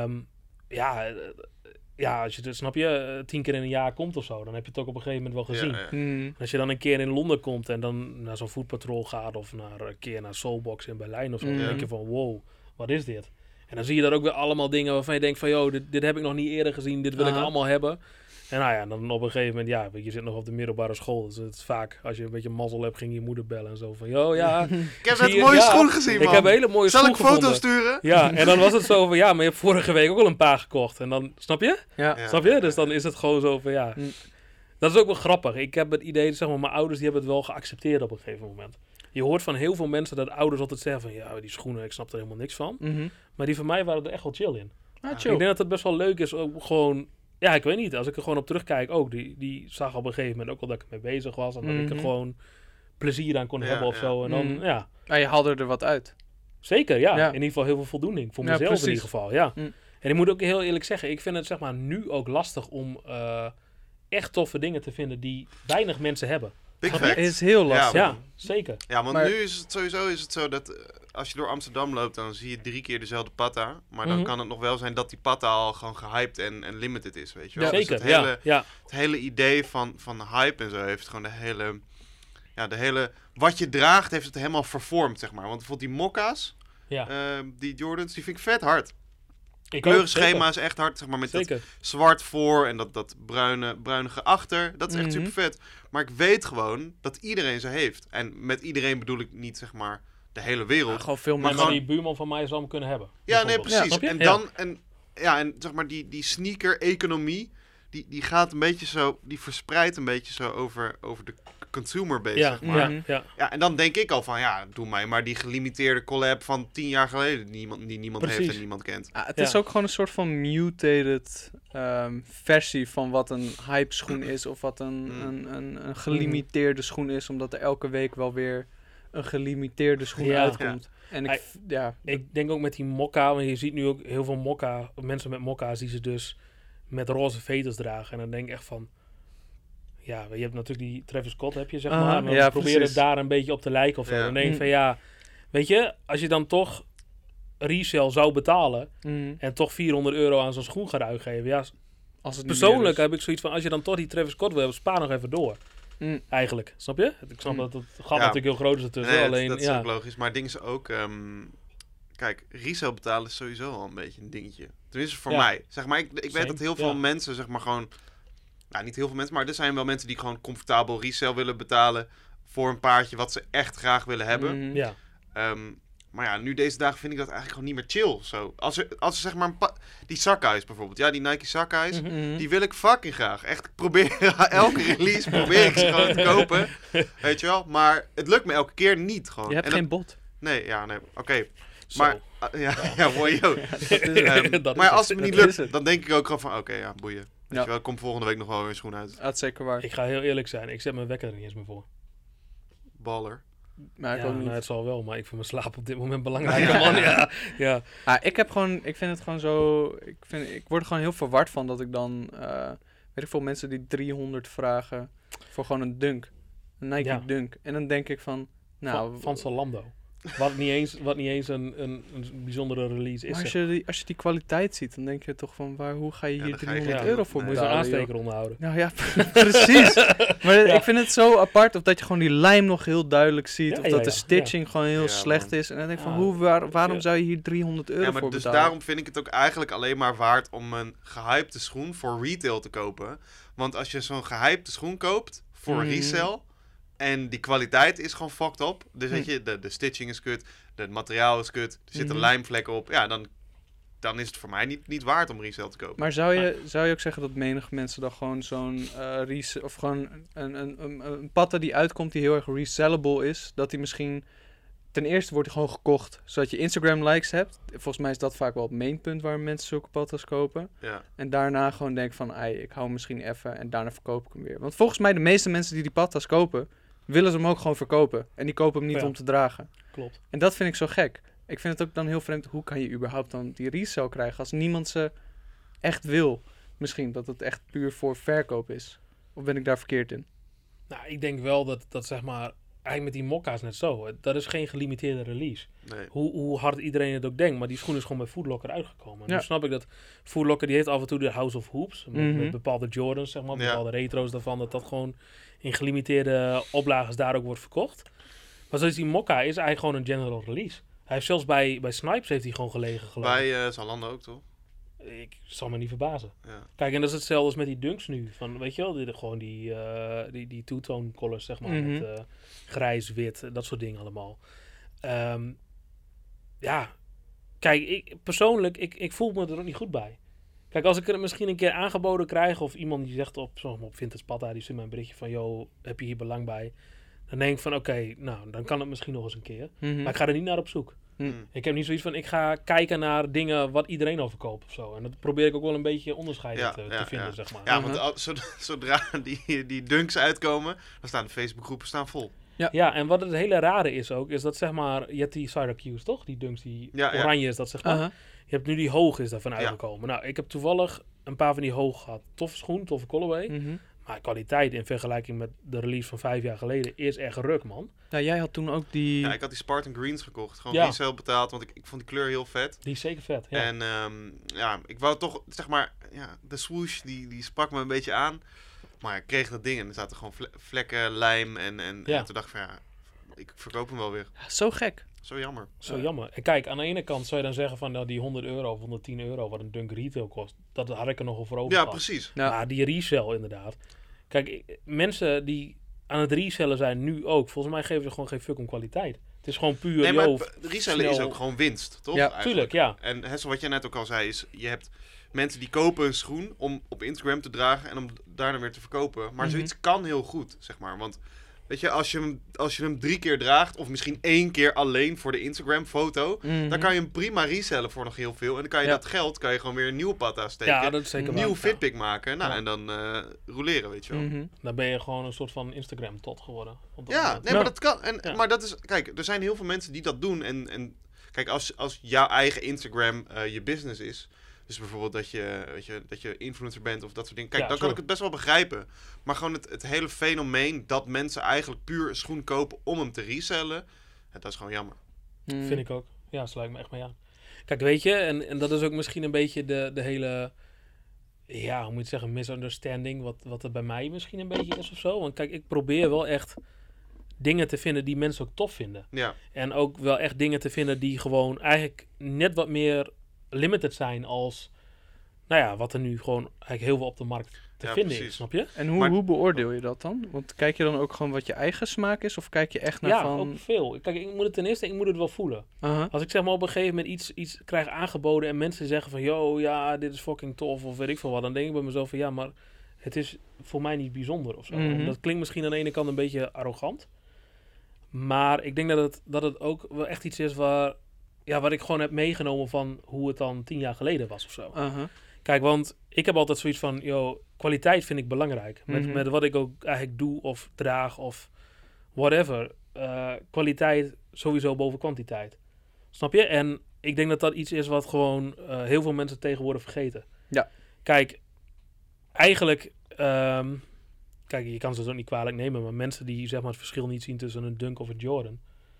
als je, snap je, 10 keer in een jaar komt of zo, dan heb je het ook op een gegeven moment wel gezien. En als je dan een keer in Londen komt en dan naar zo'n Food Patrol gaat of een keer naar Soulbox in Berlijn of zo, dan denk je van, wow, wat is dit? En dan zie je daar ook weer allemaal dingen waarvan je denkt van, dit heb ik nog niet eerder gezien, dit wil ik allemaal hebben. En dan op een gegeven moment, je zit nog op de middelbare school, dus het is vaak, als je een beetje mazzel hebt, ging je moeder bellen en zo van, ik heb net een mooie schoen gezien, man. Ik heb een hele mooie schoen gevonden. Zal ik foto's sturen? Ja, en dan was het zo van, maar je hebt vorige week ook al een paar gekocht. En dan, snap je? Ja. Snap je? Dus dan is het gewoon zo van, Dat is ook wel grappig. Ik heb het idee, zeg maar, mijn ouders die hebben het wel geaccepteerd op een gegeven moment. Je hoort van heel veel mensen dat ouders altijd zeggen van... Ja, die schoenen, ik snap er helemaal niks van. Maar die van mij waren er echt wel chill in. Ah, Ik chill. denk dat het best wel leuk is ook gewoon... Ja, ik weet niet. Als ik er gewoon op terugkijk ook. Die zag op een gegeven moment ook wel dat ik ermee bezig was. En dat ik er gewoon plezier aan kon hebben of zo. En dan, ja... Ah, je haalde er wat uit. Zeker, ja. Ja. In ieder geval heel veel voldoening. Voor Ja, mezelf precies. in ieder geval, ja. Mm. En ik moet ook heel eerlijk zeggen... Ik vind het, zeg maar, nu ook lastig om... echt toffe dingen te vinden die weinig mensen hebben. Big Het fact. is heel lastig. Ja, zeker. Ja, want Maar- nu is het sowieso zo dat als je door Amsterdam loopt, dan zie je 3 keer dezelfde patta. Maar dan Mhm. kan het nog wel zijn dat die patta al gewoon gehyped en limited is, weet je wel. Ja, Dus Zeker, het hele, ja. het hele idee van hype en zo heeft gewoon de hele... Wat je draagt heeft het helemaal vervormd, zeg maar. Want bijvoorbeeld die mokka's, Ja. die Jordans, die vind ik vet hard. Ik Kleurenschema is echt hard, zeg maar, met dat Zeker. zwart voor en dat bruinige achter. Dat is echt Mhm. super vet. Maar ik weet gewoon dat iedereen ze heeft. En met iedereen bedoel ik niet, zeg maar, de hele Ja, wereld. gewoon veel Maar, mensen. gewoon- die buurman van mij zou hem kunnen hebben. Ja, nee, bijvoorbeeld. precies. Snap je? En dan, en zeg maar, die sneaker-economie, die gaat een beetje zo, die verspreidt een beetje zo over de consumer base, Ja, zeg maar. ja, Mhm. ja. Ja, en dan denk ik al van, ja, doe mij maar die gelimiteerde collab van 10 jaar geleden, die niemand heeft Precies. en niemand kent. Ah, het Ja. is ook gewoon een soort van mutated versie van wat een hype schoen is. Of wat een gelimiteerde schoen is. Omdat er elke week wel weer een gelimiteerde schoen Ja. uitkomt. En Hij- ja, Ik denk ook met die mokka, want je ziet nu ook heel veel mensen met mokka's die ze dus met roze veters dragen. En dan denk ik echt van, ja, je hebt natuurlijk die Travis Scott heb je, zeg Aha, maar. En dan ja, probeer het precies. daar een beetje op te lijken of zo. Ja. Dan denk ik van, ja, weet je, als je dan toch resale zou betalen en toch €400 aan zo'n schoen gaat uitgeven. Ja, als het niet persoonlijk meer is. heb ik zoiets van, als je dan toch die Travis Scott wil hebben, spaar nog even door. Eigenlijk, snap je? Ik snap Mm. dat het gat Ja. natuurlijk heel groot is ertussen. Nee, alleen, dat is ja. ook logisch. Maar het ding is ook... kijk, resale betalen is sowieso al een beetje een dingetje. Tenminste voor Ja. mij. Zeg maar, ik weet Same, dat heel veel ja. mensen, zeg maar gewoon... Nou, niet heel veel mensen, maar er zijn wel mensen die gewoon comfortabel resale willen betalen voor een paardje wat ze echt graag willen hebben. Mhm. Ja, Maar ja, nu deze dagen vind ik dat eigenlijk gewoon niet meer chill. Zo. Als er zeg maar die Sakkai's bijvoorbeeld, ja, die Nike Sakkai's, Mhm. die wil ik fucking graag. Echt, ik probeer elke release probeer ik ze gewoon te kopen. Weet je wel? Maar het lukt me elke keer niet gewoon. Je hebt En geen bot. Nee, ja, nee. Oké. zo. Maar, ja, mooi, yo. Dat is het. Dat Maar is als het. het me niet Dat is lukt, het. dan denk ik ook gewoon van, oké, ja, boeien. Weet Ja. je wel, komt volgende week nog wel weer een schoen uit. Dat is zeker waar. Ik ga heel eerlijk zijn, ik zet mijn wekker er niet eens meer voor. Baller. Maar ik Ja, ook niet. nou, het zal wel, maar ik vind mijn slaap op dit moment belangrijker, man. Ja, ja. Ik vind het gewoon zo... Ik word er gewoon heel verward van dat ik dan... weet ik veel, mensen die 300 vragen voor gewoon een dunk. Een Nike Ja. dunk. En dan denk ik van... Nou, van Zalando. Wat niet eens een bijzondere release is. maar zeg. als je die kwaliteit ziet, dan denk je toch van... hoe ga je Ja, hier dan ga je €300 geen- euro voor nee. Moet je zo'n betalen? joh? aansteker onderhouden. Nou ja, precies. Maar Ja. ik vind het zo apart of dat je gewoon die lijm nog heel duidelijk ziet. Ja, of ja, dat de ja. stitching gewoon heel Ja, slecht man. is. En dan denk ik Ja. van, waarom Ja. zou je hier €300 Ja, maar voor dus betalen? daarom vind ik het ook eigenlijk alleen maar waard om een gehypte schoen voor retail te kopen. Want als je zo'n gehypte schoen koopt voor Mhm. resale en die kwaliteit is gewoon fucked up. Dus weet je, de stitching is kut, het materiaal is kut, er zitten Mhm. lijmvlekken op. Ja, dan is het voor mij niet waard om resale te kopen. Maar zou je ook zeggen dat menige mensen dan gewoon zo'n of gewoon een patta die uitkomt die heel erg resellable is, dat die misschien ten eerste wordt die gewoon gekocht, zodat je Instagram likes hebt. Volgens mij is dat vaak wel het mainpunt waar mensen zulke pattas kopen. Ja. En daarna gewoon denk van, ik hou hem misschien even en daarna verkoop ik hem weer. Want volgens mij de meeste mensen die pattas kopen, willen ze hem ook gewoon verkopen. En die kopen hem niet Ja. om te dragen. Klopt. En dat vind ik zo gek. Ik vind het ook dan heel vreemd, hoe kan je überhaupt dan die resale krijgen als niemand ze echt wil? Misschien dat het echt puur voor verkoop is. Of ben ik daar verkeerd in? Nou, ik denk wel dat zeg maar, eigenlijk met die mokka's net zo. Dat is geen gelimiteerde release. Nee. Hoe hard iedereen het ook denkt. Maar die schoen is gewoon bij Foot Locker uitgekomen. En Ja. nu snap ik dat Foot Locker die heeft af en toe de House of Hoops. Met Mhm. bepaalde Jordans, zeg maar. Ja. Bepaalde retro's daarvan. Dat gewoon in gelimiteerde oplages daar ook wordt verkocht. Maar zoals die mokka is eigenlijk gewoon een general release. Hij heeft zelfs bij Snipes heeft hij gewoon gelegen, geloof ik. Bij Zalando ook, toch? Ik zal me niet verbazen. Ja. Kijk, en dat is hetzelfde als met die dunks nu. Van, weet je wel, gewoon die two-tone colors, zeg maar. Mhm. Met grijs, wit, dat soort dingen allemaal. Ja, kijk, ik voel me er ook niet goed bij. Kijk, als ik er misschien een keer aangeboden krijg... of iemand die zegt op Vintage Patta... die stuurt mij een berichtje van... yo, heb je hier belang bij? Dan denk ik van, oké, nou, dan kan het misschien nog eens een keer. Mhm. Maar ik ga er niet naar op zoek. Ik heb niet zoiets van, ik ga kijken naar dingen wat iedereen al verkoopt of zo. En dat probeer ik ook wel een beetje onderscheid te vinden, zeg maar. Ja, want zodra die dunks uitkomen, dan staan de Facebookgroepen vol. Ja, en wat het hele rare is ook, is dat zeg maar, je hebt die Syracuse toch? Die dunks die oranje is dat zeg maar. Je hebt nu die hoog is daarvan uitgekomen. Nou, ik heb toevallig een paar van die hoog gehad. Toffe schoen, toffe colorway. Maar kwaliteit in vergelijking met de release van 5 jaar geleden is echt ruk, man. Ja, jij had toen ook die... Ja, ik had die Spartan Greens gekocht. Gewoon resale betaald, want ik vond die kleur heel vet. Die is zeker vet, ja. En ik wou toch, zeg maar, de swoosh, die sprak me een beetje aan. Maar ik kreeg dat ding en er zaten gewoon vlekken, lijm en toen dacht ik van ik verkoop hem wel weer. Ja, zo gek. Zo jammer. Zo jammer. En kijk, aan de ene kant zou je dan zeggen van die €100 of €110 wat een dunk retail kost. Dat had ik er nog voor over. Ja, precies. Ja. Maar die resell inderdaad. Kijk, mensen die aan het resellen zijn nu ook, volgens mij geven ze gewoon geen fuck om kwaliteit. Het is gewoon puur... Nee, maar resellen is ook gewoon winst, toch? Ja, tuurlijk, ja. En Hessel, wat jij net ook al zei, is je hebt mensen die kopen een schoen om op Instagram te dragen en om daarna weer te verkopen. Maar zoiets kan heel goed, zeg maar. Want weet je, als je hem 3 keer draagt, of misschien 1 keer alleen voor de Instagram-foto, dan kan je hem prima resellen voor nog heel veel. En dan kan je dat geld gewoon weer een nieuwe patta steken. Ja, dat is zeker een nieuwe fitpick maken. Nou, en dan roleren, weet je wel. Dan ben je gewoon een soort van Instagram-tot geworden. Maar dat kan. Maar dat is, kijk, er zijn heel veel mensen die dat doen. En kijk, als jouw eigen Instagram je business is, dus bijvoorbeeld dat je influencer bent of dat soort dingen. Kijk, dan kan ik het best wel begrijpen. Maar gewoon het hele fenomeen dat mensen eigenlijk puur een schoen kopen om hem te resellen, dat is gewoon jammer. Vind ik ook. Ja, sluit me echt mee aan. Kijk, weet je, en dat is ook misschien een beetje de hele, ja, hoe moet je het zeggen, misunderstanding, wat er bij mij misschien een beetje is of zo. Want kijk, ik probeer wel echt dingen te vinden die mensen ook tof vinden. Ja. En ook wel echt dingen te vinden die gewoon eigenlijk net wat meer limited zijn als, nou ja, wat er nu gewoon eigenlijk heel veel op de markt te vinden is, snap je? En hoe beoordeel je dat dan? Want kijk je dan ook gewoon wat je eigen smaak is? Of kijk je echt naar van... Ja, ook veel. Kijk, ik moet het wel voelen. Als ik zeg maar op een gegeven moment iets krijg aangeboden en mensen zeggen van, yo, ja, dit is fucking tof of weet ik veel wat, dan denk ik bij mezelf van, ja, maar het is voor mij niet bijzonder of zo. En dat klinkt misschien aan de ene kant een beetje arrogant, maar ik denk dat het ook wel echt iets is wat ik gewoon heb meegenomen van hoe het dan 10 jaar geleden was of zo. Kijk, want ik heb altijd zoiets van, kwaliteit vind ik belangrijk. Met wat ik ook eigenlijk doe of draag of whatever. Kwaliteit sowieso boven kwantiteit. Snap je? En ik denk dat dat iets is wat gewoon heel veel mensen tegenwoordig vergeten. Ja. Kijk, eigenlijk... kijk, je kan ze ook niet kwalijk nemen, maar mensen die zeg maar het verschil niet zien tussen een Dunk of een Jordan.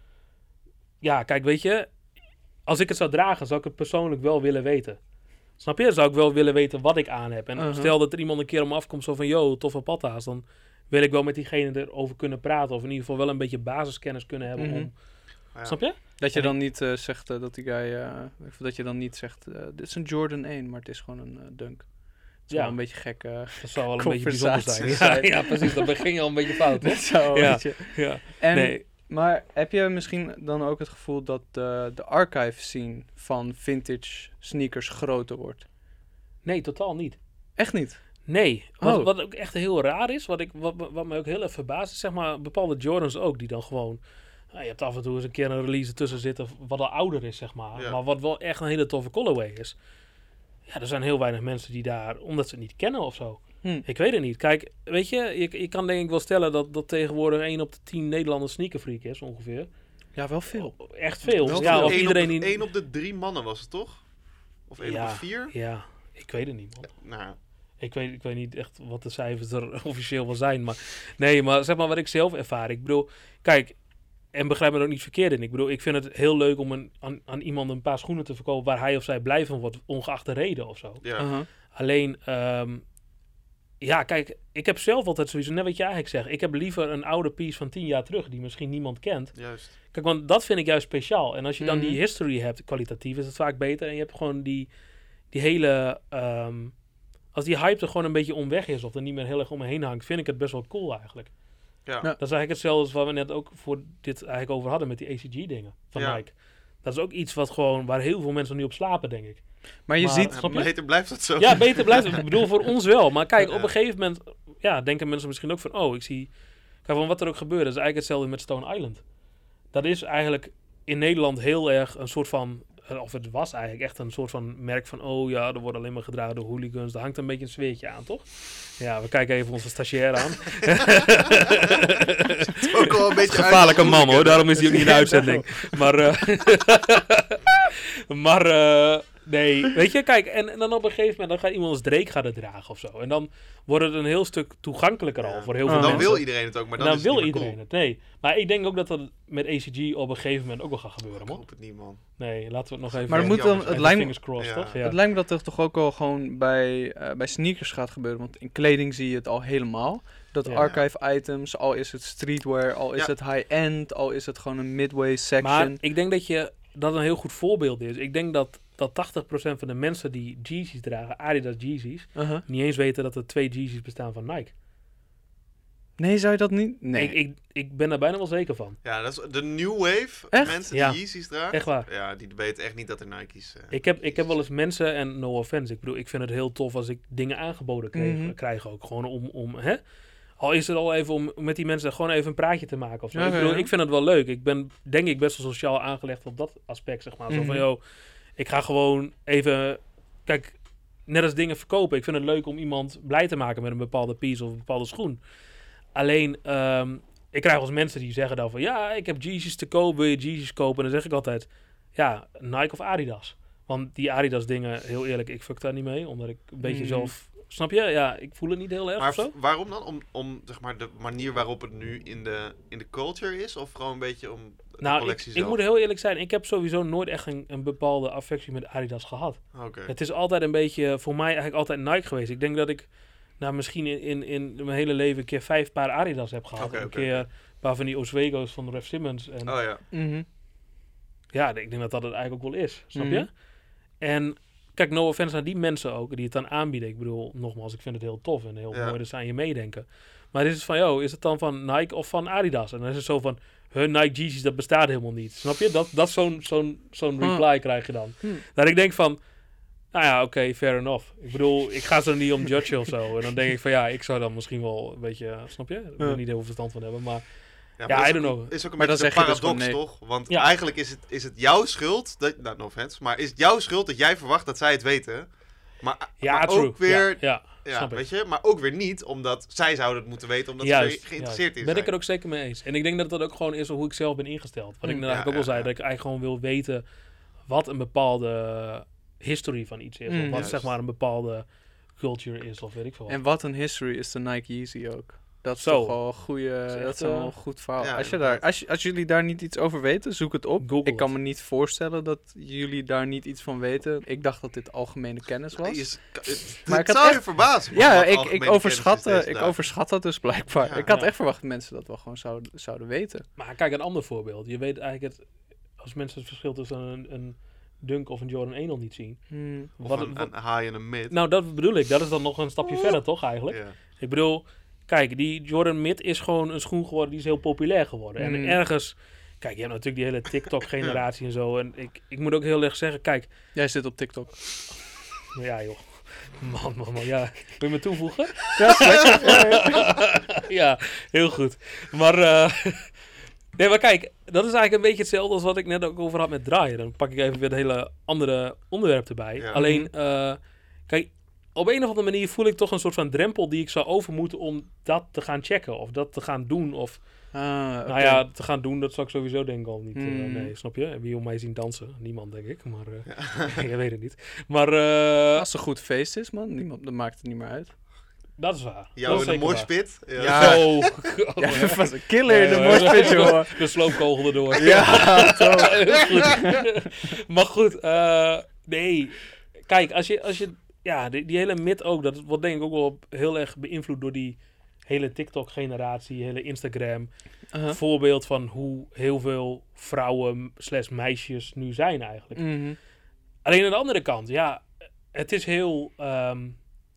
Ja, kijk, weet je, als ik het zou dragen, zou ik het persoonlijk wel willen weten. Snap je? Zou ik wel willen weten wat ik aan heb. En stel dat er iemand een keer op me afkomt zo van, yo, toffe patta's, dan wil ik wel met diegene erover kunnen praten. Of in ieder geval wel een beetje basiskennis kunnen hebben om... Ja. Snap je? Dat je dan niet zegt dat die guy... dat je dan niet zegt, dit is een Jordan 1, maar het is gewoon een Dunk. Dat is wel een beetje gek. Dat zou wel een beetje bijzonder zijn. Ja, precies. Dan begin je al een beetje fout. Dat zou ja. Een beetje... Ja. En, maar heb je misschien dan ook het gevoel dat de archive scene van vintage sneakers groter wordt? Nee, totaal niet. Echt niet? Nee. Wat ook echt heel raar is, wat mij ook heel erg verbaast, is zeg maar bepaalde Jordans ook, die dan gewoon... je hebt af en toe eens een keer een release tussen zitten wat al ouder is, zeg maar. Ja. Maar wat wel echt een hele toffe colorway is. Ja, er zijn heel weinig mensen die daar, omdat ze het niet kennen of zo. Ik weet het niet. Kijk, weet je kan denk ik wel stellen dat tegenwoordig 1 op de 10 Nederlanders sneakerfreak is, ongeveer. Ja, wel veel. Echt veel. Wel ja, veel. of iedereen die... 1 op de 3 mannen was het toch? Of 1 op de 4? Ja, ik weet het niet, man. Nou... Ik weet niet echt wat de cijfers er officieel wel zijn. Maar nee, maar zeg maar wat ik zelf ervaar. Ik bedoel, kijk, en begrijp me er ook niet verkeerd in. Ik bedoel, ik vind het heel leuk om aan iemand een paar schoenen te verkopen waar hij of zij blij van wordt, ongeacht de reden of zo. Ja. Alleen, kijk, ik heb zelf altijd zoiets, net wat je eigenlijk zegt. Ik heb liever een oude piece van 10 jaar terug, die misschien niemand kent. Juist. Kijk, want dat vind ik juist speciaal. En als je dan die history hebt, kwalitatief, is het vaak beter. En je hebt gewoon die hele... als die hype er gewoon een beetje omweg is of er niet meer heel erg om me heen hangt, vind ik het best wel cool eigenlijk. Ja. Dat is eigenlijk hetzelfde als wat we net ook voor dit eigenlijk over hadden met die ACG dingen van Nike. Dat is ook iets waar heel veel mensen nu op slapen, denk ik. Maar je ziet... snap je? Beter blijft dat zo. Ja, beter blijft het. Ik bedoel, voor ons wel. Maar kijk, op een gegeven moment denken mensen misschien ook van... ik zie... Kijk, van wat er ook gebeurt, dat is eigenlijk hetzelfde met Stone Island. Dat is eigenlijk in Nederland heel erg een soort van... Of het was eigenlijk echt een soort van merk van... er wordt alleen maar gedragen door hooligans. Daar hangt een beetje een zweertje aan, toch? Ja, we kijken even onze stagiair aan. Ook wel een beetje gevaarlijke man, hoor. Daarom is hij ook niet in de uitzending. Maar... nee, weet je, kijk, en dan op een gegeven moment dan gaat iemand als Drake het dragen of zo. En dan wordt het een heel stuk toegankelijker al voor heel veel mensen. Dan wil iedereen het ook, maar dan is het wil niet meer iedereen cool. het, nee. Maar ik denk ook dat met ACG op een gegeven moment ook wel gaat gebeuren, Ik man. hoop het niet, man. Nee, laten we het nog even... Maar het moet dan... Het fingers crossed, ja. toch? Ja. Het lijkt me dat er toch ook al gewoon bij sneakers gaat gebeuren. Want in kleding zie je het al helemaal. Dat Ja. archive items, al is het streetwear, al is het high-end, al is het gewoon een midway section. Maar ik denk dat een heel goed voorbeeld is. Ik denk dat 80% van de mensen die Yeezys dragen, Adidas Yeezys, niet eens weten dat er 2 Yeezys bestaan van Nike. Nee, zou je dat niet? Nee. Ik ben daar bijna wel zeker van. Ja, dat is de new wave. Echt? Mensen Ja. die Yeezys dragen. Echt waar. Ja, die weten echt niet dat er Nike's... Ik heb wel eens mensen, en no offense, ik bedoel, ik vind het heel tof als ik dingen aangeboden krijg ook. Gewoon om hè? Al is het al even om met die mensen gewoon even een praatje te maken of zo. Ja, Ik bedoel, ja. ik vind het wel leuk. Ik ben, denk ik, best wel sociaal aangelegd op dat aspect, zeg maar. Zo van, ik ga gewoon even... Kijk, net als dingen verkopen. Ik vind het leuk om iemand blij te maken met een bepaalde piece of een bepaalde schoen. Alleen, ik krijg als mensen die zeggen dan van... Ja, ik heb Yeezys te koop. Wil je Yeezys kopen? En dan zeg ik altijd... Ja, Nike of Adidas. Want die Adidas dingen, heel eerlijk, ik fuck daar niet mee. Omdat ik een beetje zelf... Snap je? Ja, ik voel het niet heel erg Maar of zo. waarom dan? Om zeg maar de manier waarop het nu in de culture is? Of gewoon een beetje om de collectie ik zelf? moet heel eerlijk zijn. Ik heb sowieso nooit echt een bepaalde affectie met Adidas gehad. Oké. Het is altijd een beetje, voor mij eigenlijk altijd Nike geweest. Ik denk dat ik misschien in mijn hele leven een keer 5 paar Adidas heb gehad. Een keer een paar van die Oswego's van Raf Simons. En Oh ja. ja, ik denk dat het eigenlijk ook wel is. Snap je? En kijk, no offense aan die mensen ook, die het dan aanbieden. Ik bedoel, nogmaals, ik vind het heel tof en heel mooi dat ze aan je meedenken. Maar is het van, is het dan van Nike of van Adidas? En dan is het zo van, hun Nike Yeezys, dat bestaat helemaal niet. Snap je? Dat zo'n reply krijg je dan. Dat ik denk van, nou ja, oké, fair enough. Ik bedoel, ik ga ze er niet om judgen of zo. En dan denk ik van, ja, ik zou dan misschien wel een beetje, snap je? Ik wil niet heel veel verstand van hebben, maar... Ja, I don't know. Is ook een Maar beetje dan een zeg je dus paradox, gewoon toch? Want eigenlijk is het jouw schuld... Nou, no offense. Maar is het jouw schuld dat jij verwacht dat zij het weten? Maar ook weer... Ja, weet je? Maar ook weer niet, omdat zij zouden het moeten weten, omdat ze geïnteresseerd in zijn. Ben ik er ook zeker mee eens. En ik denk dat dat ook gewoon is hoe ik zelf ben ingesteld. Wat ik net eigenlijk ook al zei, dat ik eigenlijk gewoon wil weten wat een bepaalde history van iets is. Of wat zeg maar een bepaalde culture is, of weet ik veel. En wat een history is de Nike Yeezy ook. Dat is Zo. toch wel een goede, dat is wel een goed verhaal. Ja, Als jullie daar niet iets over weten, zoek het op. Google ik kan me niet voorstellen dat jullie daar niet iets van weten. Ik dacht dat dit algemene kennis was. Maar ik zou je verbazen. Ja, ik overschat dat dus blijkbaar. Ja, ik had echt verwacht dat mensen dat wel gewoon zouden weten. Maar kijk, een ander voorbeeld. Je weet eigenlijk als mensen het verschil tussen een Dunk of een Jordan 1 al niet zien. Of een high en een mid. Nou, dat bedoel ik. Dat is dan nog een stapje verder, toch eigenlijk? Ja. Ik bedoel, kijk, die Jordan Mid is gewoon een schoen geworden, die is heel populair geworden. En ergens, kijk, je hebt natuurlijk die hele TikTok-generatie en zo. En ik moet ook heel erg zeggen, kijk. Jij zit op TikTok. Ja, joh. Man, ja. Wil je me toevoegen? Ja, lekker. Ja, heel goed. Maar, nee, maar kijk, dat is eigenlijk een beetje hetzelfde als wat ik net ook over had met draaien. Dan pak ik even weer het hele andere onderwerp erbij. Ja. Alleen, kijk, op een of andere manier voel ik toch een soort van drempel die ik zou over moeten om dat te gaan checken. Of dat te gaan doen. Of, nou ja, te gaan doen, dat zou ik sowieso denk ik al niet. Nee, snap je? Wie wil mij zien dansen? Niemand, denk ik. Maar, je weet het niet. Maar, als het een goed feest is, man, dat maakt het niet meer uit. Dat is waar. Jou in de moshpit. Ja. Ja, dat was een killer in de moshpit, joh. De sloopkogel erdoor. Ja, toch. Goed. Maar goed, nee. Kijk, als je ja, die hele mid ook, dat wordt denk ik ook wel heel erg beïnvloed door die hele TikTok-generatie, hele Instagram. Voorbeeld van hoe heel veel vrouwen / meisjes nu zijn eigenlijk. Alleen aan de andere kant, ja, het is heel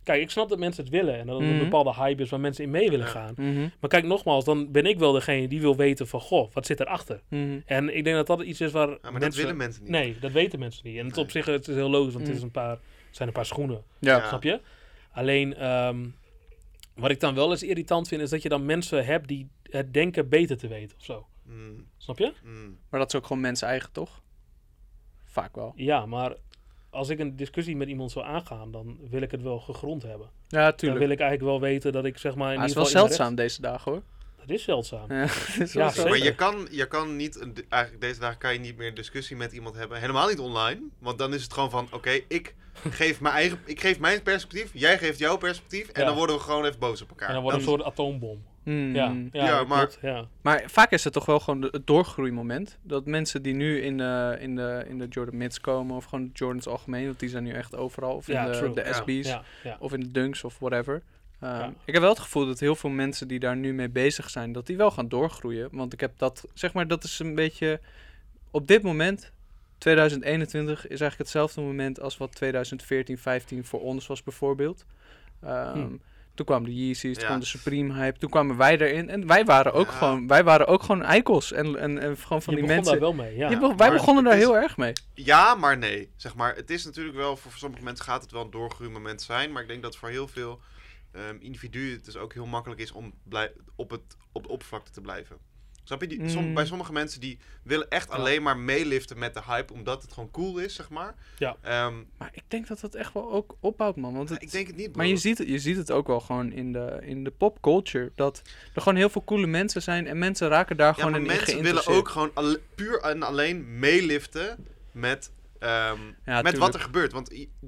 Kijk, ik snap dat mensen het willen. En dat het een bepaalde hype is waar mensen in mee willen gaan. Mhm. Maar kijk, nogmaals, dan ben ik wel degene die wil weten van... Goh, wat zit erachter? Mhm. En ik denk dat dat iets is waar Ja, maar dat mensen... willen mensen niet. Nee, dat weten mensen niet. En het op zich het is heel logisch, want het zijn een paar schoenen. Ja. Snap je? Alleen, wat ik dan wel eens irritant vind... is dat je dan mensen hebt die het denken beter te weten of zo. Mm, Snap je? mm. Maar dat is ook gewoon mensen eigen, toch? Vaak wel. Ja, maar als ik een discussie met iemand zou aangaan... dan wil ik het wel gegrond hebben. Ja, Dan tuurlijk. wil ik eigenlijk wel weten dat ik zeg maar... in Maar het is ieder wel geval in zeldzaam deze dagen, hoor. Dat is zeldzaam. Ja, het is Ja, wel zeker. Maar zeldzaam. je kan niet, eigenlijk deze dagen kan je niet meer discussie met iemand hebben. Helemaal niet online. Want dan is het gewoon van, oké, ik geef mijn perspectief, jij geeft jouw perspectief. En Ja. dan worden we gewoon even boos op elkaar. En dan wordt het een soort atoombom. Mm. Ja, Ja, dat maar- klopt, ja. Maar vaak is het toch wel gewoon het doorgroeimoment. Dat mensen die nu in de Jordan Mids komen, of gewoon de Jordans algemeen, want die zijn nu echt overal. Of Ja, in true. de Ja. SB's, Ja. of in de Dunks, of whatever. Ja. Ik heb wel het gevoel dat heel veel mensen die daar nu mee bezig zijn, dat die wel gaan doorgroeien. Want ik heb dat, zeg maar, dat is een beetje... Op dit moment, 2021, is eigenlijk hetzelfde moment als wat 2014, 15 voor ons was bijvoorbeeld. Toen kwamen de Yeezys, toen Ja. kwam de Supreme hype, toen kwamen wij erin. En wij waren ook gewoon eikels. En gewoon van Je die begon mensen... daar wel mee, ja. Wij maar begonnen daar het is- heel erg mee. Ja, maar nee. Zeg maar, het is natuurlijk wel, voor sommige mensen gaat het wel een doorgroeimoment zijn. Maar ik denk dat voor heel veel individuen het dus ook heel makkelijk is om op de oppervlakte te blijven. Snap je? Bij sommige mensen die willen echt alleen maar meeliften met de hype, omdat het gewoon cool is, zeg maar. Ja. Maar ik denk dat dat echt wel ook opbouwt, man. Want Ik denk het niet, bro. maar je ziet het ook wel gewoon in de popculture. Dat er gewoon heel veel coole mensen zijn. En mensen raken daar Ja, gewoon maar in mensen willen geïnteresseerd. ook gewoon puur en alleen meeliften met tuurlijk. wat er gebeurt. Want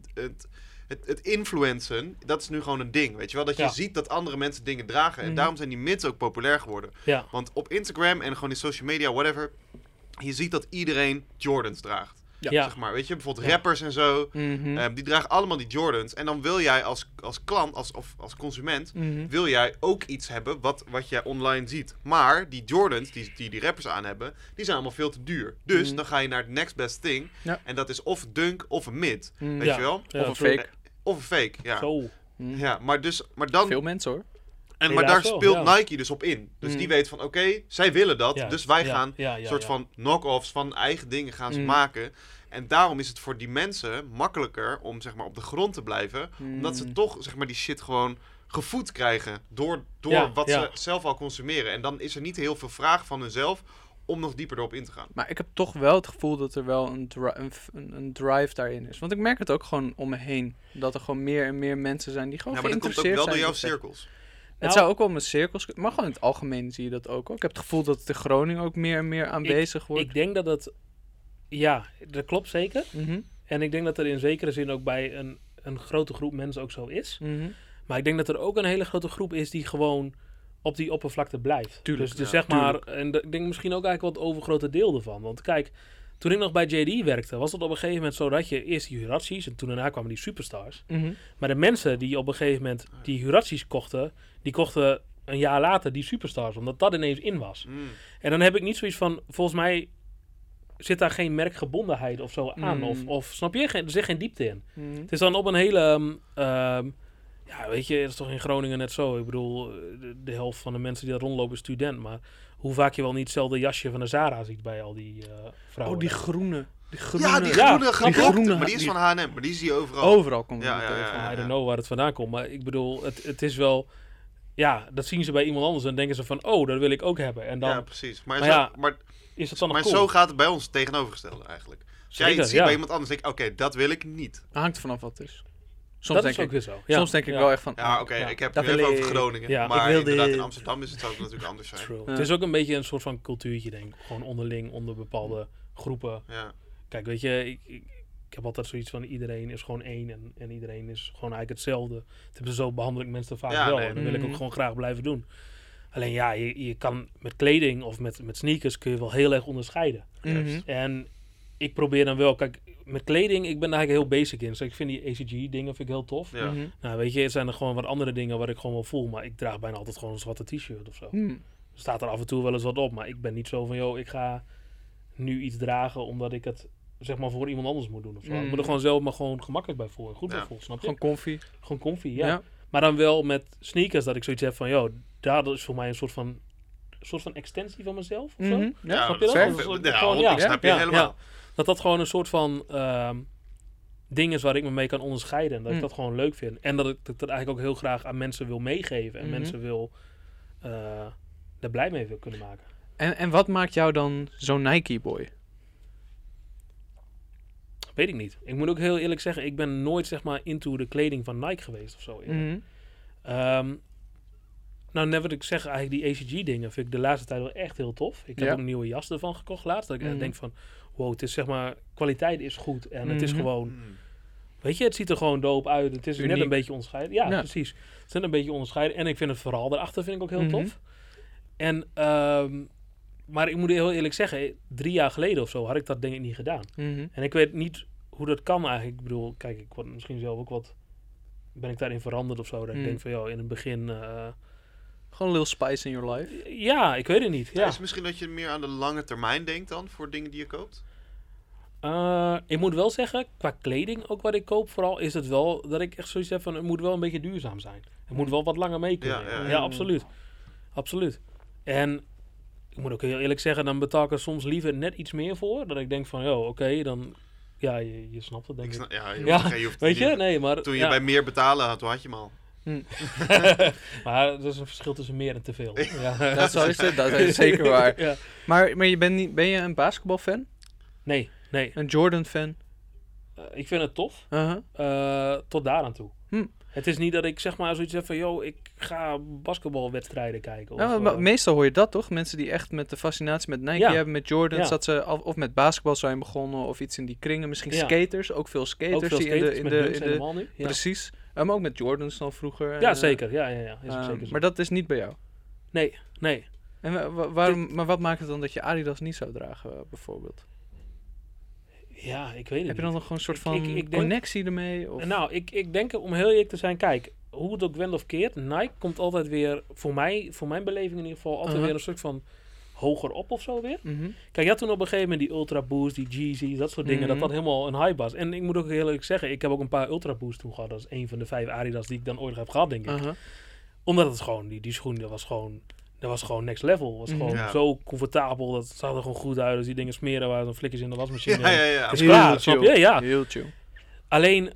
het influencen, dat is nu gewoon een ding, weet je wel? Dat je Ja. ziet dat andere mensen dingen dragen. En daarom zijn die mids ook populair geworden. Ja. Want op Instagram en gewoon in social media, whatever, je ziet dat iedereen Jordans draagt. Ja. Zeg maar, weet je? Bijvoorbeeld Ja. rappers en zo, Mhm. die dragen allemaal die Jordans. En dan wil jij als klant, als consument, Mhm. wil jij ook iets hebben wat jij online ziet. Maar die Jordans, die rappers aan hebben, die zijn allemaal veel te duur. Dus dan ga je naar het next best thing. Ja. En dat is of een dunk of een mid. Mhm. Weet Ja. je wel? Ja, Of een true. fake. Of een fake, ja. Zo. Mhm. Ja, maar dan... Veel mensen, hoor. Maar Helaas daar wel, speelt ja. Nike dus op in. Dus Mm. die weet van, oké, zij willen dat. Ja, Dus wij ja, gaan ja, een soort van knock-offs van eigen dingen gaan ze Mm. maken. En daarom is het voor die mensen makkelijker om zeg maar op de grond te blijven. Omdat ze toch zeg maar die shit gewoon gevoed krijgen door Ja, wat ja. ze zelf al consumeren. En dan is er niet heel veel vraag van hunzelf om nog dieper erop in te gaan. Maar ik heb toch wel het gevoel dat er wel een drive daarin is. Want ik merk het ook gewoon om me heen. Dat er gewoon meer en meer mensen zijn die gewoon Ja, maar dat komt ook geïnteresseerd wel door zijn. jouw in het cirkels. Het Nou- zou ook wel met cirkels... Maar gewoon in het algemeen zie je dat ook. Ik heb het gevoel dat het in Groningen ook meer en meer aanwezig wordt. Ik denk dat het... Ja, dat klopt zeker. Mhm, En ik denk dat er in zekere zin ook bij een grote groep mensen ook zo is. mhm. Maar ik denk dat er ook een hele grote groep is die gewoon op die oppervlakte blijft. Tuurlijk, Dus ja, zeg maar, en ik denk misschien ook eigenlijk wel het overgrote deel ervan. Want kijk, toen ik nog bij JD werkte, was het op een gegeven moment zo dat je eerst die Huratsi's en toen daarna kwamen die superstars. Mhm. Maar de mensen die op een gegeven moment die Huratsi's kochten, die kochten een jaar later die superstars, omdat dat ineens in was. Mm. En dan heb ik niet zoiets van, volgens mij zit daar geen merkgebondenheid of zo aan. Mm. Of snap je, er zit geen diepte in. Mhm. Het is dan op een hele... ja, weet je, het is toch in Groningen net zo. Ik bedoel, de helft van de mensen die daar rondlopen is student. Maar hoe vaak je wel niet hetzelfde jasje van de Zara ziet bij al die vrouwen. Oh, die daar. groene. Die groene. Ja, die Ja, groene die geblokte, groene- maar die is die- van H&M, maar die zie je overal. Overal komt Ja, het ja, tegen. ja. I don't know waar het vandaan komt. Maar ik bedoel, het is wel... Ja, dat zien ze bij iemand anders en denken ze van... Oh, dat wil ik ook hebben. En dan Ja, precies. Maar, Maar zo, ja, maar, is het dan nog maar cool. zo gaat het bij ons tegenovergestelde eigenlijk. Als jij Zeker, iets ziet ja. bij iemand anders, denk ik, oké, dat wil ik niet. Hangt er vanaf wat het is. Soms dat denk is ook ik, weer zo. Ja, soms denk ik ja. wel echt van... Ja, oké, Ja, ik heb dat het nu wil even over ik. Groningen. Ja, maar ik wil inderdaad, dit. in Amsterdam is het zou het natuurlijk anders zijn. True. Ja. Het is ook een beetje een soort van cultuurtje, denk ik. Gewoon onderling, onder bepaalde groepen. Ja. Kijk, weet je, ik heb altijd zoiets van iedereen is gewoon één en iedereen is gewoon eigenlijk hetzelfde. Zo behandel ik mensen vaak Ja, wel nee. en dat wil ik Mhm. ook gewoon graag blijven doen. Alleen ja, je kan met kleding of met sneakers kun je wel heel erg onderscheiden. Mhm. En ik probeer dan wel, kijk, met kleding, ik ben daar eigenlijk heel basic in. Dus ik vind die ACG dingen vind ik heel tof. Ja. Mhm. Nou, weet je, er zijn er gewoon wat andere dingen waar ik gewoon wel voel. Maar ik draag bijna altijd gewoon een zwarte t-shirt of zo. Mhm. Er staat er af en toe wel eens wat op, maar ik ben niet zo van, joh, ik ga nu iets dragen omdat ik het zeg maar voor iemand anders moet doen of zo. Mm. Ik moet er gewoon zelf maar gewoon gemakkelijk bij voelen. Goed bij Ja. voelen, snap je? Gewoon comfy. Gewoon comfy, ja. Ja. Maar dan wel met sneakers dat ik zoiets heb van, joh, daar is voor mij een soort van extensie van mezelf of zo. Mhm. Ja. Snap je dat? fair. Als een soort- Ja, gewoon, ik snap je helemaal. Dat gewoon een soort van ding is waar ik me mee kan onderscheiden. En dat ik Mm. dat gewoon leuk vind. En dat ik dat eigenlijk ook heel graag aan mensen wil meegeven. En Mhm. mensen wil er blij mee wil kunnen maken. En wat maakt jou dan zo'n Nike-boy? Weet ik niet. Ik moet ook heel eerlijk zeggen, ik ben nooit zeg maar into de kleding van Nike geweest of zo. Mhm. Nou, net wat ik zeg, eigenlijk die ACG dingen vind ik de laatste tijd wel echt heel tof. Ik heb Ja. ook een nieuwe jas ervan gekocht laatst. Dat ik Mhm. denk van, wow, het is zeg maar, kwaliteit is goed. En het is Mhm. gewoon, weet je, het ziet er gewoon dope uit. Het is net Uniek. een beetje onderscheiden. Ja, Ja. precies. Het is net een beetje onderscheiden. En ik vind het verhaal daarachter vind ik ook heel Mhm. tof. En, maar ik moet heel eerlijk zeggen, 3 jaar geleden of zo had ik dat denk ik niet gedaan. Mhm. En ik weet niet hoe dat kan eigenlijk. Ik bedoel, kijk, ik word misschien zelf ook wat, ben ik daarin veranderd of zo. Dat ik denk van, joh, in het begin, Gewoon een little spice in your life. ja, ik weet het niet. Ja. Is het misschien dat je meer aan de lange termijn denkt dan, voor dingen die je koopt? Ik moet wel zeggen, qua kleding ook wat ik koop vooral, is het wel dat ik echt zoiets heb van, het moet wel een beetje duurzaam zijn. Het moet wel wat langer mee kunnen. Ja, ja, Ja, ja. absoluut. Absoluut. En ik moet ook heel eerlijk zeggen, dan betaal ik er soms liever net iets meer voor. Dat ik denk van, joh, oké, dan, ja, je snapt het denk Ik ik. snap, ja, je Ja, hoeft, je hoeft Weet je? Nee, maar... Toen je ja. bij meer betalen had, toen had je hem al. Maar er is een verschil tussen meer en te veel. Ja. Dat is zeker waar. Ja. Maar ben je een basketbalfan? Nee. Een Jordan-fan? Ik vind het tof. Uh-huh. Tot daar aan toe. Hm. Het is niet dat ik zeg maar zoiets heb van, yo, ik ga basketbalwedstrijden kijken. Of, Ja, maar meestal hoor je dat toch? Mensen die echt met de fascinatie met Nike Ja. hebben, met Jordans, Ja. dat ze of met basketbal zijn begonnen of iets in die kringen. Misschien Ja. skaters, ook veel skaters. ook veel die skaters in met de, Dunks in de helemaal nu. Ja, Precies. Maar ook met Jordans dan vroeger. ja En, zeker. Ja. Is ook zeker zo. maar dat is niet bij jou. Nee. En waarom, maar wat maakt het dan dat je Adidas niet zou dragen, bijvoorbeeld? Ja, ik weet het Heb je niet. dan nog gewoon een soort Ik- van ik denk- connectie ermee? Of? Nou, ik denk om heel eerlijk te zijn, kijk, hoe het ook went of keert, Nike komt altijd weer, voor mijn beleving in ieder geval, altijd Uh-huh. weer een stuk van hoger op of zo weer. Mhm. Kijk, je had toen op een gegeven moment die Ultra Boost, die Yeezys, dat soort dingen, Mhm. dat dat helemaal een hype was. En ik moet ook heel eerlijk zeggen, ik heb ook een paar Ultra Boost toen gehad. Dat is een van de 5 Adidas die ik dan ooit heb gehad, denk ik. Uh-huh. Omdat het gewoon, die schoen, dat was gewoon next level. Dat was Mhm. gewoon Ja. zo comfortabel, dat zag er gewoon goed uit. Als die dingen smeren waren, dan flikkers in de wasmachine. Ja. is klaar, Heel snap chill. je? Ja. Heel chill. Alleen,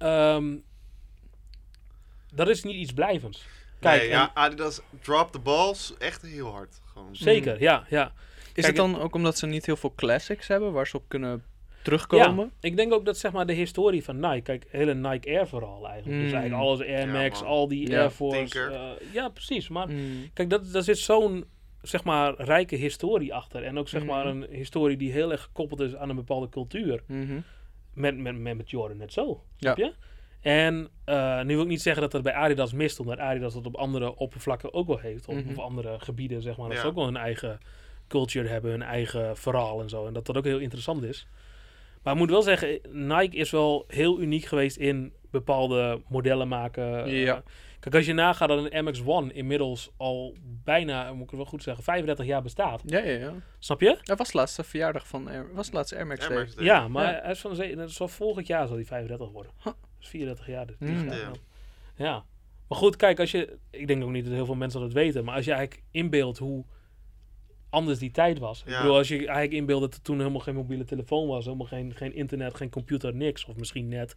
dat is niet iets blijvends. Kijk, Nee, en- ja, Adidas drop the balls echt heel hard. Gewoon. zeker, ja. Is Kijk, het dan ook omdat ze niet heel veel classics hebben waar ze op kunnen terugkomen? Ja, ik denk ook dat zeg maar de historie van Nike, kijk, hele Nike Air verhaal eigenlijk. Dus Mm. eigenlijk alles Air Ja, Max, man. al die Ja, Air Force. Tinker. Ja, precies. Maar Mm. kijk, daar zit zo'n zeg maar rijke historie achter. En ook zeg maar Mhm. een historie die heel erg gekoppeld is aan een bepaalde cultuur. Mhm. Met Jordan net zo. Ja. Snap je? En nu wil ik niet zeggen dat dat bij Adidas mist, omdat Adidas dat op andere oppervlakken ook wel heeft. Of, Mhm. of andere gebieden, zeg maar. Dat Ja. ze ook wel hun eigen culture hebben, hun eigen verhaal en zo. En dat dat ook heel interessant is. Maar ik moet wel zeggen, Nike is wel heel uniek geweest in bepaalde modellen maken. Ja. Kijk, als je nagaat dat een MX-1 inmiddels al bijna, moet ik het wel goed zeggen, 35 jaar bestaat. Ja. Snap je? Dat was laatst de verjaardag van was het laatste Air Max Air Day. Max Day. Ja, maar Ja. hij is van dat zal volgend jaar zal hij 35 worden. Huh. Dus 34 jaar. Dus Mm. ja. Maar goed, kijk, ik denk ook niet dat heel veel mensen dat weten, maar als je eigenlijk inbeeldt hoe anders die tijd was. Ja. Ik bedoel, als je eigenlijk inbeeldt dat er toen helemaal geen mobiele telefoon was, helemaal geen internet, geen computer, niks, of misschien net.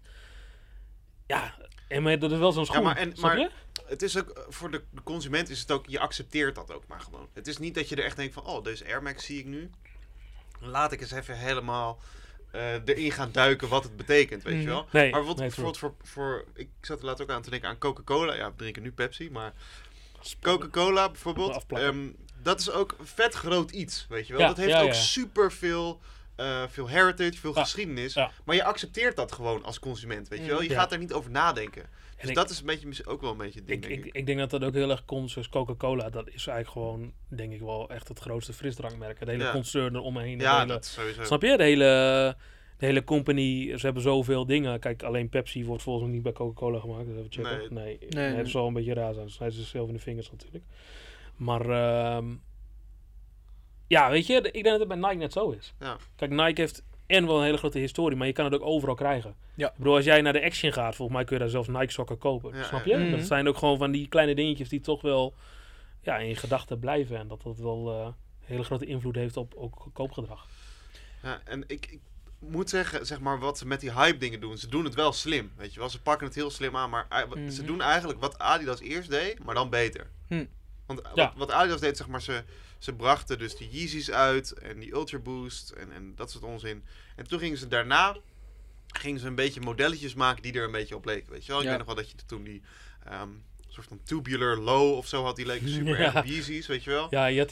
Ja, en maar dat is wel zo'n schoen. maar snap maar- je? Het is ook, voor de consument is het ook, je accepteert dat ook maar gewoon. Het is niet dat je er echt denkt van, oh, deze Air Max zie ik nu. Laat ik eens even helemaal erin gaan duiken wat het betekent, weet je wel. Nee, Maar nee, bijvoorbeeld voor, ik zat er later ook aan te denken aan Coca-Cola. Ja, we drinken nu Pepsi, maar Coca-Cola bijvoorbeeld. Afplakken. Dat is ook een vet groot iets, weet je wel. Ja, Dat heeft ja, ook ja. super veel heritage, veel Ja, geschiedenis. ja. Maar je accepteert dat gewoon als consument, weet je wel. Je Ja. gaat daar niet over nadenken. Dus ik- dat is een beetje, ook wel een beetje het ding, denk ik. Ik denk dat dat ook heel erg komt, zoals Coca-Cola. Dat is eigenlijk gewoon, denk ik wel, echt het grootste frisdrankmerk. Het hele Ja. concern eromheen. Ja, hele, dat is sowieso. snap je? De hele company, ze hebben zoveel dingen. Kijk, alleen Pepsi wordt volgens mij niet bij Coca-Cola gemaakt. Dus even checken. Nee, het zal een beetje raar zijn. Ze snijden zichzelf in de vingers natuurlijk. Maar ja, weet je, ik denk dat het bij Nike net zo is. Ja. Kijk, Nike heeft en wel een hele grote historie, maar je kan het ook overal krijgen. Ja. Ik bedoel, als jij naar de Action gaat, volgens mij kun je daar zelfs Nike sokken kopen. Ja, Snap ja. je? Mhm. Dat zijn ook gewoon van die kleine dingetjes die toch wel in je gedachten blijven. En dat wel een hele grote invloed heeft op ook koopgedrag. Ja, en ik moet zeggen, zeg maar, wat ze met die hype dingen doen, ze doen het wel slim, weet je wel. Ze pakken het heel slim aan, maar ze doen eigenlijk wat Adidas eerst deed, maar dan beter. Want wat Adidas deed, zeg maar, ze brachten dus die Yeezys uit en die Ultra Boost en dat soort onzin. En toen gingen ze daarna een beetje modelletjes maken die er een beetje op leken, weet je wel. Ik Ja. weet nog wel dat je toen die soort van tubular low of zo had, die leken super erg op Yeezys, weet je wel. Ja, je had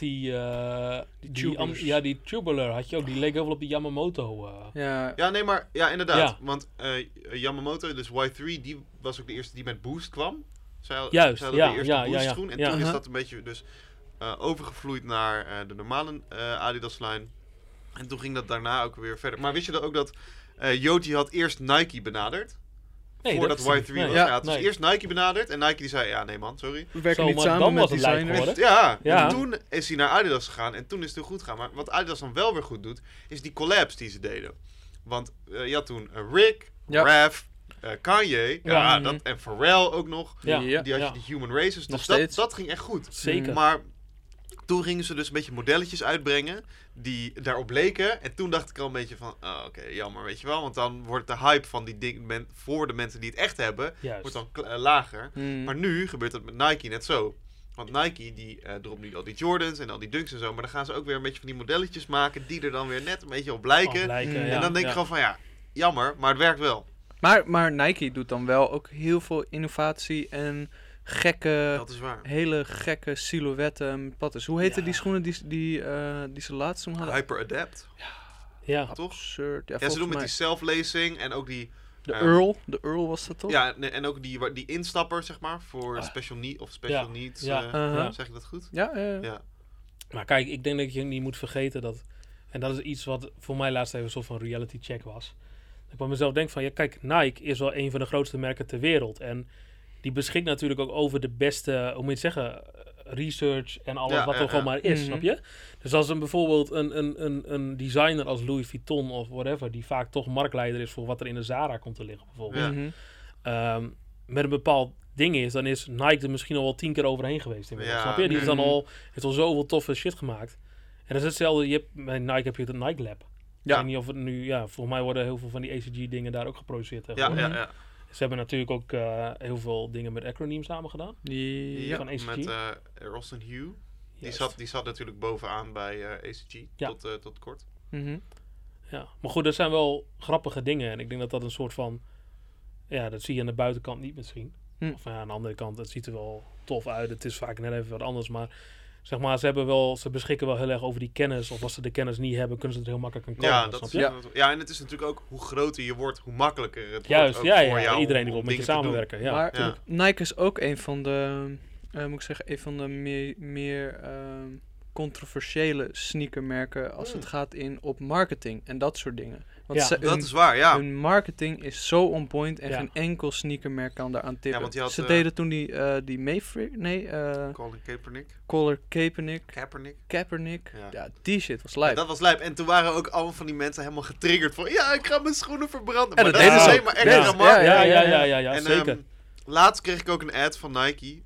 die tubular had je ook. Die leek heel veel op die Yamamoto. Ja. Ja, nee, maar ja, inderdaad. Ja. Want Yamamoto, dus Y3, die was ook de eerste die met Boost kwam. Zij Juist, hadden de eerste ja, Boost ja. schoen. En Ja. toen is dat een beetje dus overgevloeid naar de normale Adidas-lijn. En toen ging dat daarna ook weer verder. Maar wist je dan ook dat Yoti had eerst Nike benaderd? Nee, voordat dat Y3 is- nee. was. Ja, Ja, het is nee. eerst Nike benaderd. En Nike die zei, ja nee man, sorry. We werken Zo, niet maar samen dan met was het lijp designers. geworden. Ja, Ja. en toen is hij naar Adidas gegaan en toen is het heel goed gegaan. Maar wat Adidas dan wel weer goed doet, is die collabs die ze deden. Want je had toen Rick, Ja. Raph, Kanye Ja. en Pharrell ook nog. Ja. Die had je die Human Races. Nog Dus steeds. dat ging echt goed. Zeker. Maar toen gingen ze dus een beetje modelletjes uitbrengen die daarop leken. En toen dacht ik al een beetje van, oké, jammer, weet je wel. Want dan wordt de hype van die ding voor de mensen die het echt hebben, Juist. wordt dan lager. Mm. Maar nu gebeurt dat met Nike net zo. Want Nike die dropt nu al die Jordans en al die Dunks en zo. Maar dan gaan ze ook weer een beetje van die modelletjes maken die er dan weer net een beetje op lijken. En En dan denk ik gewoon van ja, jammer, maar het werkt wel. Maar Nike doet dan wel ook heel veel innovatie en Dat is waar. hele gekke silhouetten. Pattes. Hoe heette Ja. die schoenen die ze laatst toen hadden? Hyper Adapt, Ja. toch? Absurd. Ja, Ja, ze doen met mij. die self-lacing en ook die... De Earl. De Earl was dat toch? Ja, en ook die instapper, zeg maar, voor special need of special needs. Ja. Uh-huh. Zeg ik dat goed? Ja, Ja. Maar kijk, ik denk dat je niet moet vergeten dat... En dat is iets wat voor mij laatst even een soort van reality check was. Dat ik bij mezelf denk van... Ja, kijk, Nike is wel een van de grootste merken ter wereld. En die beschikt natuurlijk ook over de beste... Hoe moet je het zeggen? Research en alles Ja, wat er gewoon maar is, Mhm. snap je? Dus als bijvoorbeeld een designer als Louis Vuitton of whatever... die vaak toch marktleider is voor wat er in de Zara komt te liggen bijvoorbeeld... Ja. Mhm. met een bepaald ding is, dan is Nike er misschien al wel 10 keer overheen geweest. Inmiddels, Ja. snap je? Die is dan Mhm. heeft al zoveel toffe shit gemaakt. En dat is hetzelfde. Bij Nike heb je het Nike Lab. Ik Ja. weet niet of het nu, volgens mij worden heel veel van die ACG dingen daar ook geproduceerd. Ja, tegenwoordig. ja. Ze hebben natuurlijk ook heel veel dingen met Acronym samen gedaan. Ja. van ACG. Met Ross and Hugh. Die zat natuurlijk bovenaan bij ACG Ja. tot kort. Mhm. Ja. Maar goed, dat zijn wel grappige dingen. En ik denk dat dat een soort van... Ja, dat zie je aan de buitenkant niet misschien. Of aan de andere kant, het ziet er wel tof uit. Het is vaak net even wat anders. Maar zeg maar, ze beschikken wel heel erg over die kennis. Of als ze de kennis niet hebben, kunnen ze het heel makkelijk aan komen. Ja, snap dat is, je? ja, en het is natuurlijk ook hoe groter je wordt, hoe makkelijker het Juist, wordt ook ja, voor ja. jou Iedereen die om wil met je dingen te doen. samenwerken. Ja. Maar Ja. Nike is ook een van de, moet ik zeggen, een van de meer controversiële sneakermerken als het gaat op marketing en dat soort dingen. Want Ja, hun, Dat is waar, ja. hun marketing is zo on point en Ja. geen enkel sneakermerk kan daaraan tippen. want je had, Ze deden toen die Mayfair, Colin Kaepernick. Collar Kaepernick, Kaepernick. Ja, Ja. die shit was Ja, lijp. dat was lijp. En toen waren ook allemaal van die mensen helemaal getriggerd van... Ja, ik ga mijn schoenen verbranden. En Maar dat dat deden is ze alleen ook. maar Deden extra ze. marketing. Ja, En zeker. laatst kreeg ik ook een ad van Nike.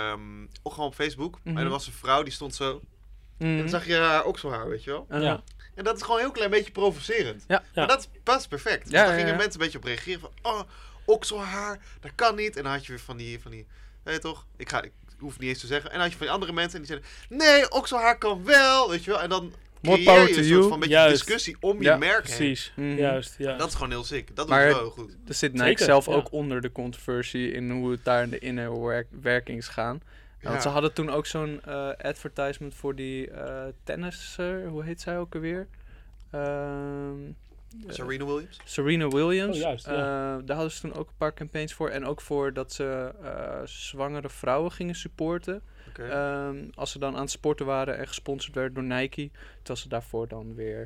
Ook gewoon op Facebook. Mhm. En er was een vrouw, die stond zo. En Mhm. dan zag je haar okselhaar, weet je wel. Uh-huh. Ja. En dat is gewoon een heel klein beetje provocerend. Ja. Maar dat past perfect. Ja, Want dan ja, gingen ja. mensen een beetje op reageren van... Oh, okselhaar, dat kan niet. En dan had je weer van die weet je toch? Ik hoef niet eens te zeggen. En dan had je van die andere mensen en die zeiden... Nee, okselhaar kan wel, weet je wel. En dan More creëer power je to een you. soort van beetje Juist. discussie om je Ja, merk heen. Precies, Mhm. juist. Ja. Dat is gewoon heel sick. Dat Maar doet het wel heel goed. Er zit Nike Zeker, zelf ja. ook onder de controversie in hoe het daar in de inner workings gaan. Want ze hadden toen ook zo'n advertisement voor die tennisser, hoe heet zij ook alweer? Serena Williams? Serena Williams. Oh, juist, ja. Daar hadden ze toen ook een paar campaigns voor. En ook voor dat ze zwangere vrouwen gingen supporten. Oké. Als ze dan aan het sporten waren en gesponsord werden door Nike. Terwijl ze daarvoor dan weer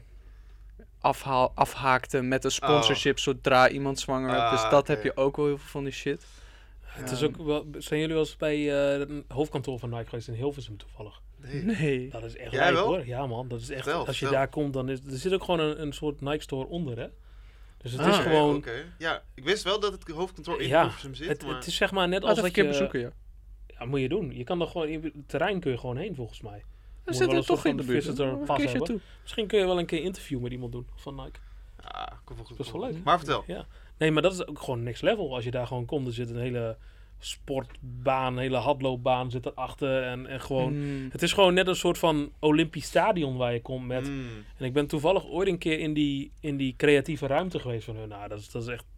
afhaakten met een sponsorship zodra iemand zwanger werd. Dus dat oké. heb je ook wel heel veel van die shit. Het is ook wel, zijn jullie wel eens bij het hoofdkantoor van Nike geweest in Hilversum toevallig? Nee. Dat is echt Jij leuk wel? hoor. Ja man, dat is echt, Vertel, als je vertel. daar komt, dan is er zit ook gewoon een soort Nike store onder hè. Dus het Ah, is Oké, gewoon, oké. Ja, ik wist wel dat het hoofdkantoor in Ja, Hilversum zit, maar... het is zeg maar net Laat als even een dat keer je... bezoeken, ja. Ja, moet je doen. Je kan er gewoon, in het terrein kun je gewoon heen volgens mij. We wel zitten een er toch soort in de van buurt. visitor Een pass keertje hebben. toe. Misschien kun je wel een keer een interview met iemand doen van Nike. Ja, komt wel goed. Dat is wel leuk. Maar vertel. Ja. Nee, maar dat is ook gewoon next level. Als je daar gewoon komt, er zit een hele sportbaan, een hele hardloopbaan zit erachter. En gewoon... Mm. Het is gewoon net een soort van Olympisch stadion waar je komt met... Mm. En ik ben toevallig ooit een keer in die creatieve ruimte geweest van hun. Nou, dat is echt...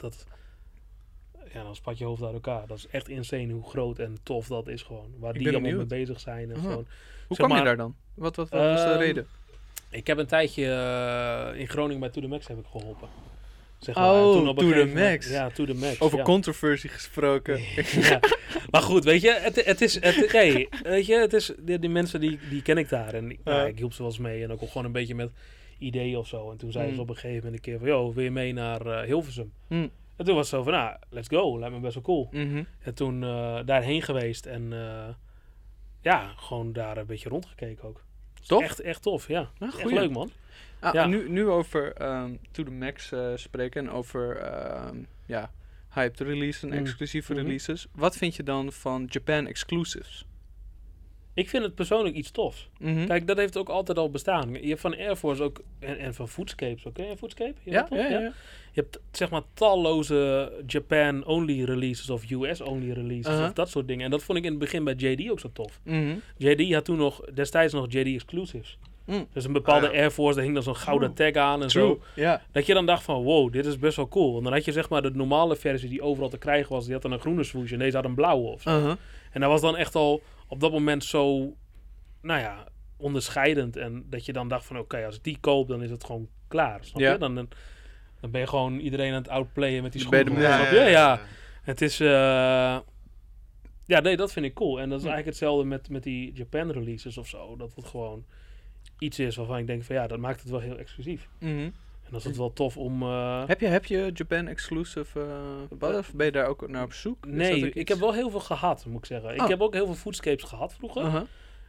Ja, dan spat je hoofd uit elkaar. Dat is echt insane hoe groot en tof dat is gewoon. Waar Ik die ben allemaal mee benieuwd. bezig zijn. En Aha. gewoon. Hoe Zeg kwam je maar- daar dan? Wat was de reden? Ik heb een tijdje in Groningen bij To The Max heb ik geholpen. Zeg Oh, En toen op To een The gegeven moment- Max. Ja, To The Max. Over ja. controversie gesproken. Ja. Maar goed, weet je, het is die mensen die ken ik daar. En Ja. ik hielp ze wel eens mee. En ook gewoon een beetje met ideeën of zo. En toen zeiden ze Mm. op een gegeven moment een keer van... Yo, wil je mee naar Hilversum? Mm. En toen was het zo van, nou, let's go. Lijkt me best wel cool. Mhm. En toen daarheen geweest. En ja, gewoon daar een beetje rondgekeken ook. Tof? Echt tof, ja. Ja, Echt goeie. leuk, man. Ah, Ja. nu over To The Max spreken en over hyped releases en Mm. exclusieve Mhm. releases. Wat vind je dan van Japan exclusives? Ik vind het persoonlijk iets tofs. Mhm. Kijk, dat heeft ook altijd al bestaan. Je hebt van Air Force ook, en van Foodscapes ook. Ken je Foodscape? Je ja, weet toch? ja. Je hebt zeg maar talloze Japan-only releases of US-only releases Uh-huh. of dat soort dingen. En dat vond ik in het begin bij JD ook zo tof. Mhm. JD had toen destijds nog JD exclusives. Mm. Dus een bepaalde Ah, ja. Air Force, daar hing dan zo'n gouden tag aan en True. zo. Ja. Dat je dan dacht van, wow, dit is best wel cool. En dan had je zeg maar de normale versie die overal te krijgen was. Die had dan een groene swoosh en deze had een blauwe of zo. Uh-huh. En dat was dan echt al op dat moment zo, nou ja, onderscheidend. En dat je dan dacht van, oké, als ik die koop, dan is het gewoon klaar. Snap Ja. je? Dan ben je gewoon iedereen aan het outplayen met die Dan ben je de schoenen. man. Snap je? Ja. Het is, ja, nee, dat vind ik cool. En dat is eigenlijk hetzelfde met die Japan releases of zo. Dat het gewoon iets is waarvan ik denk van, ja, dat maakt het wel heel exclusief. Mhm. En dan is het wel tof om... Heb je Japan exclusive of ben je daar ook naar op zoek? Is dat nee, ook ik iets? heb wel heel veel gehad, moet ik zeggen. Ik Oh. heb ook heel veel Foodscapes gehad vroeger. Uh-huh.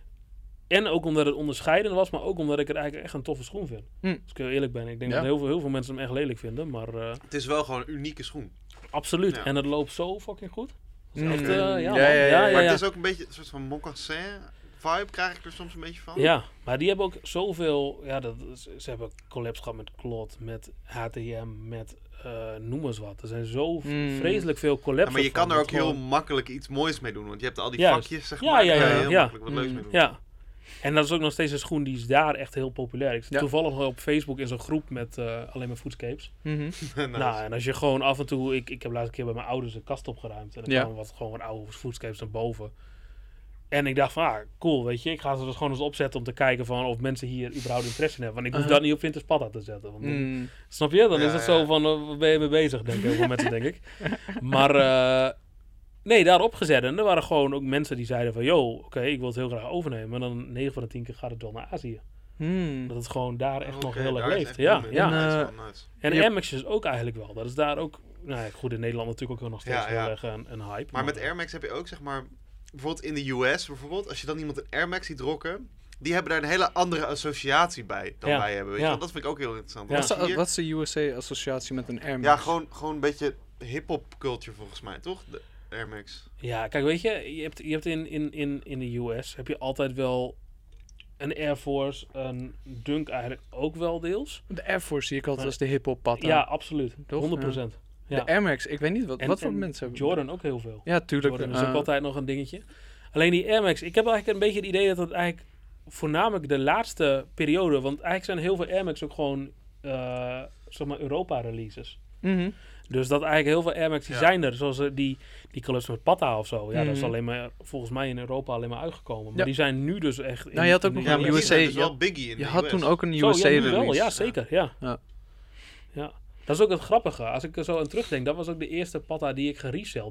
En ook omdat het onderscheidend was, maar ook omdat ik het eigenlijk echt een toffe schoen vind. Mm. Als ik heel eerlijk ben. Ik denk Ja. dat heel veel mensen hem echt lelijk vinden, maar Het is wel gewoon een unieke schoen. absoluut. Ja. En het loopt zo fucking goed. Dat is Mm. echt, Ja, ja, ja, Maar ja. het is ook een beetje een soort van mocassin vibe, krijg ik er soms een beetje van. Ja, maar die hebben ook zoveel... Ja, ze hebben collabs gehad met Claude, met HTM, met noem eens wat. Er zijn zo Mm. vreselijk veel collabs. Ja, maar je ervan, kan er dat ook heel gewoon- makkelijk iets moois mee doen. Want je hebt al die Juist. vakjes, zeg Ja, maar. ja, Daar kan je ja, heel ja. makkelijk wat leuks mee doen. Ja. En dat is ook nog steeds een schoen die is daar echt heel populair. Ik zit Ja. toevallig nog op Facebook in zo'n groep met alleen maar Foodscapes. Mhm. Nice. Nou, en als je gewoon af en toe... Ik heb laatst een keer bij mijn ouders een kast opgeruimd. En dan Ja. kwamen gewoon wat oude Foodscapes naar boven. En ik dacht van, cool, weet je. Ik ga ze dus gewoon eens opzetten om te kijken van of mensen hier überhaupt interesse in hebben. Want ik hoef dat niet op Vintage Padda te zetten. Want dan- Mm. snap je? Dan Ja, is het ja. zo van, waar ben je mee bezig, denk ik. Heel veel mensen, denk ik. Maar nee, daar opgezet. En er waren gewoon ook mensen die zeiden van, yo, oké, ik wil het heel graag overnemen. Maar dan 9 van de 10 keer gaat het wel naar Azië. Mm. Dat het gewoon daar echt nog Oké, heel erg daar is leeft. echt Ja, boom in. ja. Nice, En, man, nice. En Yep. Air Max is ook eigenlijk wel. Dat is daar ook, nou ja, goed, in Nederland natuurlijk ook nog steeds Ja, ja. heel erg een hype. Maar met Air Max heb je ook, zeg maar... Bijvoorbeeld in de US, bijvoorbeeld. Als je dan iemand een Air Max ziet rocken... Die hebben daar een hele andere associatie bij dan Ja, wij hebben. Weet ja. je? Want dat vind ik ook heel interessant. Ja. Want als je hier- Wat is de USA-associatie met een Air Max? Ja, gewoon een beetje hip-hop culture volgens mij, toch? De Air Max. Ja, kijk, weet je hebt in de US heb je altijd wel een Air Force, een Dunk eigenlijk ook wel deels. De Air Force zie ik altijd als de hip-hop pad. Ja, absoluut. Toch? 100%. Ja. De Air Max, ik weet niet wat voor en mensen hebben. Jordan ook heel veel. Ja, tuurlijk. Jordan is ook altijd nog een dingetje. Alleen die Air Max, ik heb eigenlijk een beetje het idee dat het eigenlijk voornamelijk de laatste periode, want eigenlijk zijn heel veel Air Max ook gewoon zeg maar Europa releases. Mhm. Dus dat eigenlijk heel veel Air Max die Ja. zijn er, zoals die collabs met Patta of zo. Ja, dat is Mhm. alleen maar volgens mij in Europa alleen maar uitgekomen. Maar Ja. die zijn nu dus echt. Nou, je had ook in nog de Ja, een maar US. die zijn USA, dus wel ja. Biggie in Je de had US. toen ook een Zo, USA ja, nu wel, release. ja, zeker. Ja. Ja. Ja. Dat is ook het grappige. Als ik er zo aan terugdenk, dat was ook de eerste Patta die ik gereseld heb.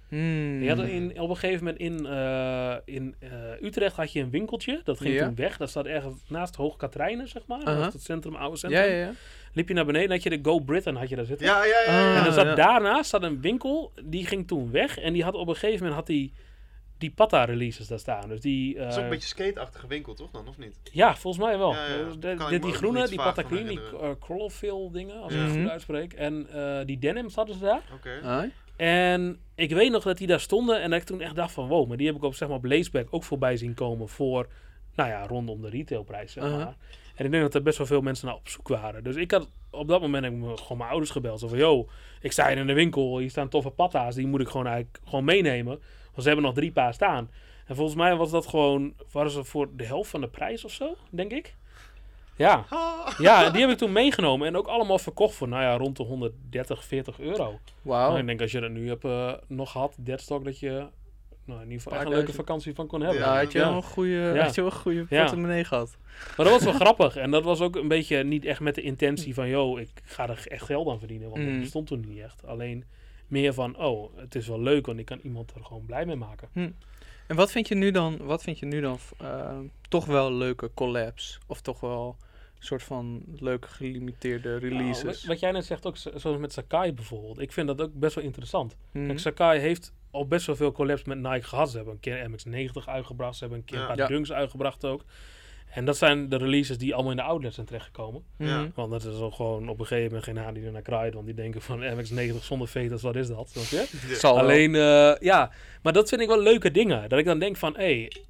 Je had op een gegeven moment in Utrecht had je een winkeltje. Dat ging toen weg. Dat staat ergens naast Hoog Katrijnen, zeg maar. Dat is het centrum, oude centrum. Ja. Liep je naar beneden, had je de Go Britain had je daar zitten. Ja. En dan zat daarnaast een winkel, die ging toen weg. En die had op een gegeven moment die Patta-releases daar staan. Dus die, dat is ook een beetje skate-achtige winkel, toch dan, of niet? Ja, volgens mij wel. Ja. Die groene, iets die vaag Patta van Green, die herinneren. Crawlfill dingen, als ik het goed uitspreek. En die denims hadden ze daar. Oké. En ik weet nog dat die daar stonden en dat ik toen echt dacht van wow, maar die heb ik op, zeg maar, op Laceback ook voorbij zien komen voor, rondom de retailprijs, zeg maar. En ik denk dat er best wel veel mensen naar op zoek waren. Dus ik had op dat moment gewoon mijn ouders gebeld. Zo van, yo, ik sta hier in de winkel, hier staan toffe patta's, die moet ik gewoon meenemen. Want ze hebben nog 3 paar staan. En volgens mij waren ze voor de helft van de prijs of zo, denk ik. Ja. Ja, die heb ik toen meegenomen en ook allemaal verkocht voor, rond de 130, 40 euro. Wauw. Nou, ik denk als je dat nu hebt nog gehad, deadstock, dat je in ieder geval echt een leuke vakantie van kon hebben. Ja, had je wel een goede portemonnee gehad. Maar dat was wel grappig. En dat was ook een beetje niet echt met de intentie van, ik ga er echt geld aan verdienen. Want dat bestond toen niet echt. Alleen meer van, het is wel leuk, want ik kan iemand er gewoon blij mee maken. En wat vind je nu dan toch wel leuke collabs? Of toch wel een soort van leuke gelimiteerde releases? Wat jij net zegt ook, zoals met Sacai bijvoorbeeld. Ik vind dat ook best wel interessant. Kijk, Sacai heeft al best wel veel collabs met Nike gehad. Ze hebben een keer MX-90 uitgebracht. Ze hebben een keer een paar Dunks uitgebracht ook. En dat zijn de releases die allemaal in de outlets zijn terechtgekomen. Ja. Want dat is ook gewoon op een gegeven moment geen haan die er naar kraait. Want die denken van MX-90 zonder veters, wat is dat? Snap je? Alleen, maar dat vind ik wel leuke dingen. Dat ik dan denk van,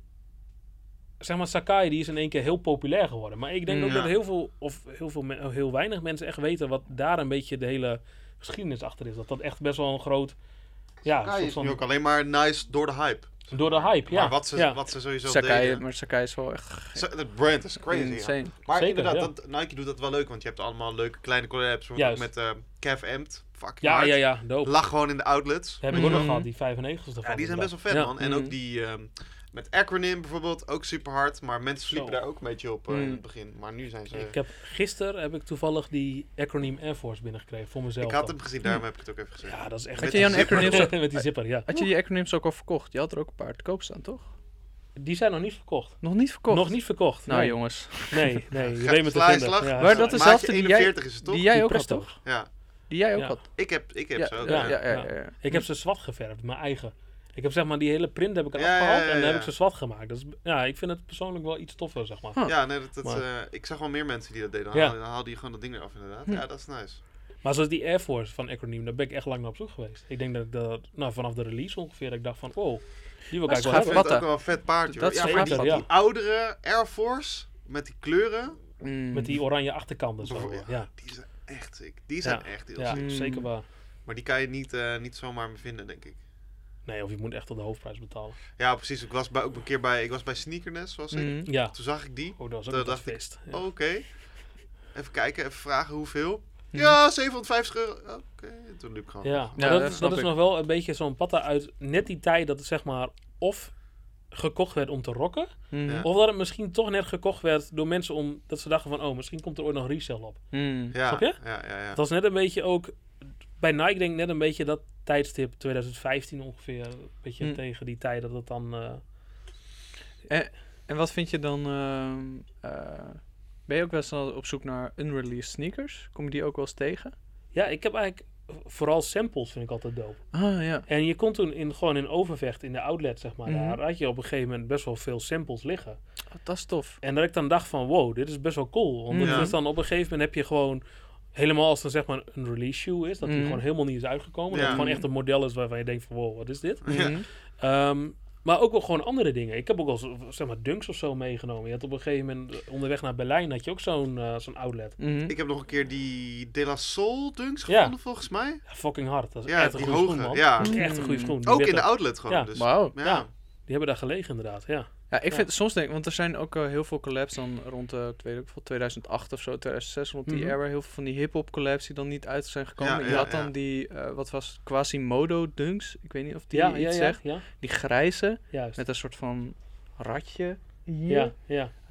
zeg maar, Sacai die is in één keer heel populair geworden. Maar ik denk ook dat heel weinig mensen echt weten wat daar een beetje de hele geschiedenis achter is. Dat echt best wel een groot... Sacai is nu ook alleen maar nice door de hype. Door de hype, ja. Maar wat ze sowieso Sacai, deden... Maar Sacai is wel echt... De brand is crazy, insane. Maar zeker, inderdaad, Nike doet dat wel leuk, want je hebt allemaal leuke kleine collabs. Bijvoorbeeld met Kev Empt. Fucking hard. Ja, dope. Lag gewoon in de outlets. Heb ik ook nog gehad, die 95's ervan. Ja, die zijn best wel vet, man. En ook die met Acronym bijvoorbeeld, ook super hard. Maar mensen sliepen daar ook een beetje op in het begin. Maar nu zijn ze... Gisteren heb ik toevallig die Acronym Air Force binnengekregen voor mezelf. Ik had hem gezien, daarom heb ik het ook even gezien. Ja, dat is echt... Had je jouw acronyms met die zipper, ja. Had je die acronyms ook al verkocht? Je had er ook een paar te koop staan, toch? Die zijn nog niet verkocht. Nog niet verkocht? Nog niet verkocht. Nou, nee. jongens. Nee. Remen te vinden. Ja. Maar dat is dezelfde die jij, is het, toch? die jij ook Presto. had, toch? Ja. Die jij ook had. Ik heb ze ook. Ja. Ik heb ze zwart geverfd, mijn eigen. Ik heb zeg maar die hele print heb ik eraf gehaald en dan heb ik ze zwart gemaakt. Dus, ik vind het persoonlijk wel iets toffer, zeg maar. Ja, nee, ik zag wel meer mensen die dat deden. Dan haalde je gewoon dat ding eraf, inderdaad. Ja, dat is nice. Maar zoals die Air Force van Acronym, daar ben ik echt lang naar op zoek geweest. Ik denk dat ik vanaf de release ongeveer, dat ik dacht van, die wil ik eigenlijk wel Ik hebben. vind het ook wel een vet paardje. Dat is maar zeker, die oudere Air Force, met die kleuren. Met die oranje achterkanten zo. Ja. Die zijn echt sick. Die zijn echt heel sick. Ja, zeker waar. Maar die kan je niet zomaar meer vinden, denk ik. Nee, of je moet echt op de hoofdprijs betalen. Ja, precies. Ik was ook een keer bij Sneakernest, was ik. Ja. Toen zag ik die. Oh, dat was ook een feest. Ja. Oké. Even kijken, even vragen hoeveel. Ja, €750. Oké, toen liep ik gewoon. Ja, maar dat is nog wel een beetje zo'n patta uit net die tijd dat het zeg maar of gekocht werd om te rocken, of dat het misschien toch net gekocht werd door mensen omdat ze dachten van, misschien komt er ooit nog resell op. Ja, snap je? Ja. Het was net een beetje ook, bij Nike denk ik net een beetje dat tijdstip 2015 ongeveer, een beetje tegen die tijd dat het dan... En wat vind je dan... ben je ook wel eens op zoek naar unreleased sneakers? Kom je die ook wel eens tegen? Ja, ik heb eigenlijk... Vooral samples vind ik altijd dope. Ja. En je kon toen gewoon in Overvecht, in de outlet, zeg maar, daar had je op een gegeven moment best wel veel samples liggen. Dat is tof. En dat ik dan dacht van, wow, dit is best wel cool. Want het is dan op een gegeven moment heb je gewoon... Helemaal als dan zeg maar een release shoe is, dat die gewoon helemaal niet is uitgekomen. Dat het gewoon echt een model is waarvan je denkt van, wow, wat is dit? Maar ook wel gewoon andere dingen. Ik heb ook al zeg maar Dunks of zo meegenomen. Je had op een gegeven moment onderweg naar Berlijn had je ook zo'n outlet. Ik heb nog een keer die De La Soul Dunks gevonden, volgens mij. Ja, fucking hard. Dat is Ja, echt een die goede hoge, schoen, man. ja. Dat is echt een goede schoen. Die Ook witte. in de outlet gewoon. Ja. Dus. Wauw. Ja, die hebben daar gelegen inderdaad, ja. Ja, ik vind soms denk, want er zijn ook heel veel collabs dan rond 2008 of zo, 2006, rond die era, heel veel van die hip-hop collabs die dan niet uit zijn gekomen. Je had dan die, wat was Quasimodo Dunks, ik weet niet of die iets zegt. Ja. Die grijze, Juist. met een soort van ratje hier. Ja.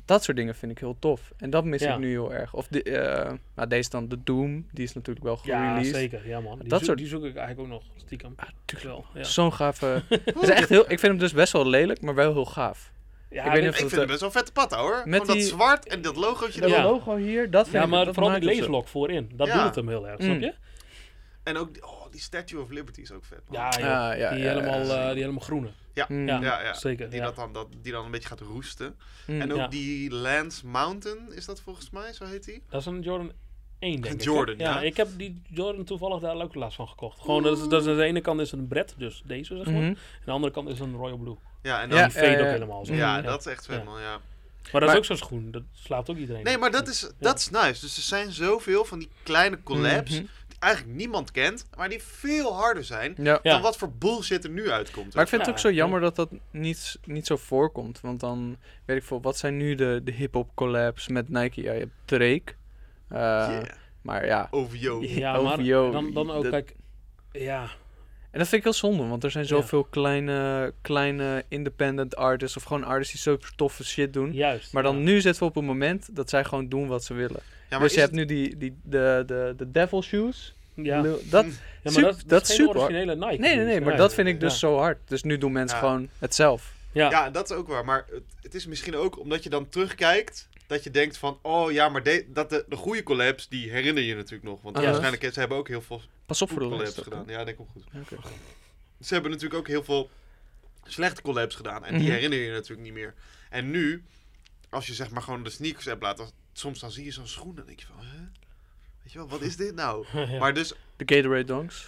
Dat soort dingen vind ik heel tof. En dat mis Ja. ik nu heel erg. Of deze dan, de Doom. Die is natuurlijk wel Ja, gereleased. zeker. Ja, man. Die Die zoek ik eigenlijk ook nog stiekem. tuurlijk. Wel, ja. Zo'n gave... Het is echt ik vind hem dus best wel lelijk, maar wel heel gaaf. Ja, ik weet niet Ik of vind het best wel vette patta hoor. Met Gewoon dat die- zwart en dat logootje Dat Ja. erop. logo hier, dat vind ja, ik... maar dat vooral die maakt het zo. leeslok voorin. Dat Ja. doet het hem heel erg, snap Mm. je? En ook die Statue of Liberty is ook vet. Man. Ja, joh. Ja, die, ja, helemaal, ja. die helemaal groene. Mm. Ja. Zeker, Die, ja. die dan een beetje gaat roesten. Mm. En ook Ja. die Lance Mountain, is dat volgens mij, zo heet die? Dat is een Jordan 1, denk Een ik. Jordan, hè? ja. Ik heb die Jordan toevallig daar ook laatst van gekocht. Gewoon, dat is aan de ene kant is het een Brett, dus deze zeg maar. Mhm. En aan de andere kant is een Royal Blue. Ja, en dan, Ja, Die fade ook ja. helemaal zo. ja, Mhm. dat is echt vet Ja. man, ja. Maar dat is Maar- ook zo'n schoen. Dat slaapt ook iedereen. Nee, maar dat is nice. Dus er zijn zoveel van die kleine collabs Mhm. die eigenlijk niemand kent, maar die veel harder zijn Ja. Ja. dan wat voor bullshit er nu uitkomt. Maar ik vind het Ja, ook zo jammer dat dat niet zo voorkomt. Want dan weet ik veel, wat zijn nu de hip-hop collabs met Nike? Ja, je hebt Drake. Yeah. Maar ja. OVO. Ja, maar OVO, dan ook, dat- kijk... Ja, En dat vind ik heel zonde, want er zijn zoveel kleine independent artists of gewoon artists die super toffe shit doen. juist. Maar dan ja. nu zitten we op een moment dat zij gewoon doen wat ze willen. Ja, Dus is je hebt het- nu de Devil Shoes. Ja. Dat, Ja, maar dat dat is is geen super. originele Nike. nee, maar Ja, dat vind ik dus ja. zo hard. Dus nu doen mensen Ja. gewoon het zelf. Ja. Ja, dat is ook waar. Maar het is misschien ook omdat je dan terugkijkt, dat je denkt van, oh ja, maar de goede collabs, die herinner je natuurlijk nog. Want Ja. waarschijnlijk, ze hebben ook heel veel Pas op voor de collabs lijst. gedaan. Ja, denk ik goed. Oké. Ze hebben natuurlijk ook heel veel slechte collabs gedaan. En die Mhm. herinner je natuurlijk niet meer. En nu, als je zeg maar gewoon de sneakers app laat, soms dan zie je zo'n schoen en denk je van, hè? Weet je wel, wat is dit nou? Ja. Maar dus, De Gatorade Dunks.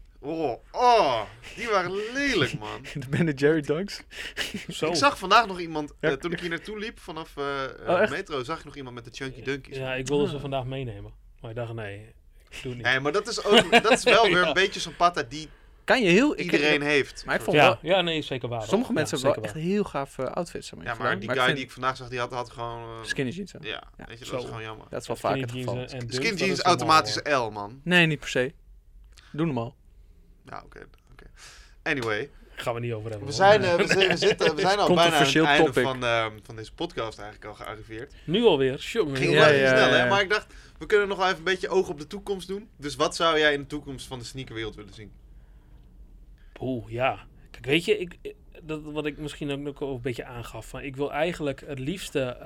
die waren lelijk, man. De Ben Jerry Dunks. Zo. Ik zag vandaag nog iemand, Ja. toen ik hier naartoe liep vanaf echt? metro, zag ik nog iemand met de Chunky Dunkies. Ja, ik wilde ze vandaag meenemen. Maar ik dacht, nee, ik doe het niet. Nee, maar dat is, ook, dat is wel weer een beetje zo'n patta die Kan je heel... iedereen heeft. Maar ik vond Ja, wel... ja, nee, zeker waar. hoor. Sommige Ja, mensen hebben wel zeker echt heel gaaf outfits. Zeg Ja, maar gedaan. die ik guy vind die ik vandaag zag, die had gewoon... Skinny jeans. Hè? ja, Ja. weet je, dat Zo. is gewoon jammer. Dat is wel Skinny vaak het geval. jeans en dunks, Skin dat jeans is normaal, automatisch hoor. L, man. Nee, niet per se. Doe normaal. Ja, oké. Anyway, Gaan we niet over hebben. we hoor. zijn, we zijn al bijna aan het Controversieel einde topic. van deze podcast eigenlijk al gearriveerd. Nu alweer. Jongen, Ging jongen. wel Ja, even ja, snel, hè? ja. Maar ik dacht, we kunnen nog wel even een beetje oog op de toekomst doen. Dus wat zou jij in de toekomst van de sneakerwereld willen zien? Oeh, ja. Kijk, weet je, wat ik misschien ook nog een beetje aangaf. Van, ik wil eigenlijk het liefste...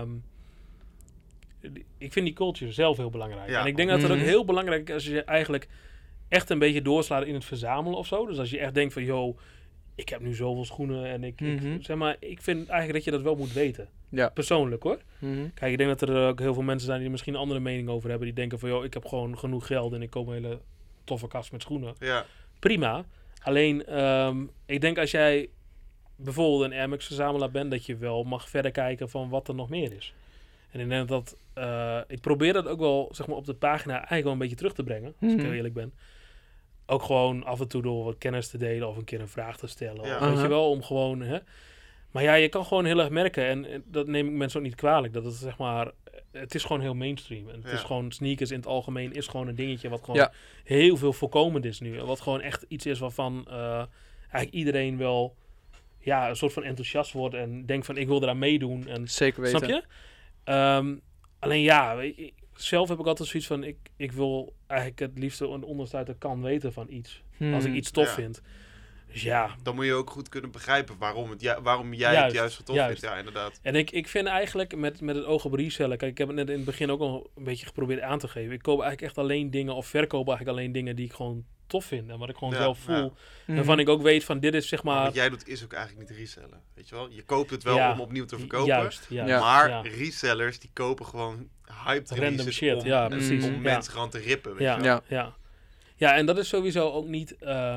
ik vind die culture zelf heel belangrijk. Ja. En ik denk dat het ook Mhm. heel belangrijk is als je eigenlijk echt een beetje doorslaat in het verzamelen of zo. Dus als je echt denkt van, yo, ik heb nu zoveel schoenen en Mhm. zeg maar, ik vind eigenlijk dat je dat wel moet weten. Ja. Persoonlijk hoor. Mhm. Kijk, ik denk dat er ook heel veel mensen zijn die er misschien een andere mening over hebben. Die denken van, joh, ik heb gewoon genoeg geld en ik koop een hele toffe kast met schoenen. Ja, Prima. Alleen, ik denk als jij bijvoorbeeld een Air Max verzamelaar bent, dat je wel mag verder kijken van wat er nog meer is. En ik denk dat, ik probeer dat ook wel, zeg maar, op de pagina eigenlijk wel een beetje terug te brengen, als ik Mhm. heel eerlijk ben. Ook gewoon af en toe door wat kennis te delen of een keer een vraag te stellen. Ja. Of, weet je Aha. wel, om gewoon, hè. Maar ja, je kan gewoon heel erg merken, en dat neem ik mensen ook niet kwalijk, dat het zeg maar, het is gewoon heel mainstream. En het Ja. is gewoon, sneakers in het algemeen is gewoon een dingetje wat gewoon Ja. heel veel voorkomend is nu. En wat gewoon echt iets is waarvan eigenlijk iedereen wel ja, een soort van enthousiast wordt en denkt van ik wil eraan meedoen. En, Zeker weten. snap je? Alleen ja, zelf heb ik altijd zoiets van ik wil eigenlijk het liefste een onderste uit de kan weten van iets. Als ik iets tof Ja. vind. Dus ja, dan moet je ook goed kunnen begrijpen waarom jij Juist, het juist zo tof juist. vindt. Ja, inderdaad. en ik vind eigenlijk met het oog op resellen, kijk, ik heb het net in het begin ook al een beetje geprobeerd aan te geven. Ik koop eigenlijk echt alleen dingen, of verkoop eigenlijk alleen dingen die ik gewoon tof vind. En wat ik gewoon Ja, zelf voel. ja. Mhm. Waarvan ik ook weet van dit is zeg Maar maar... wat jij doet is ook eigenlijk niet resellen. Weet je wel? Je koopt het wel Ja, om opnieuw te verkopen. Juist. Ja. Maar ja. resellers die kopen gewoon hyped Random releases shit, om, ja, precies. om Ja. mensen gewoon te rippen. Weet Ja, je wel? Ja. ja. Ja, en dat is sowieso ook niet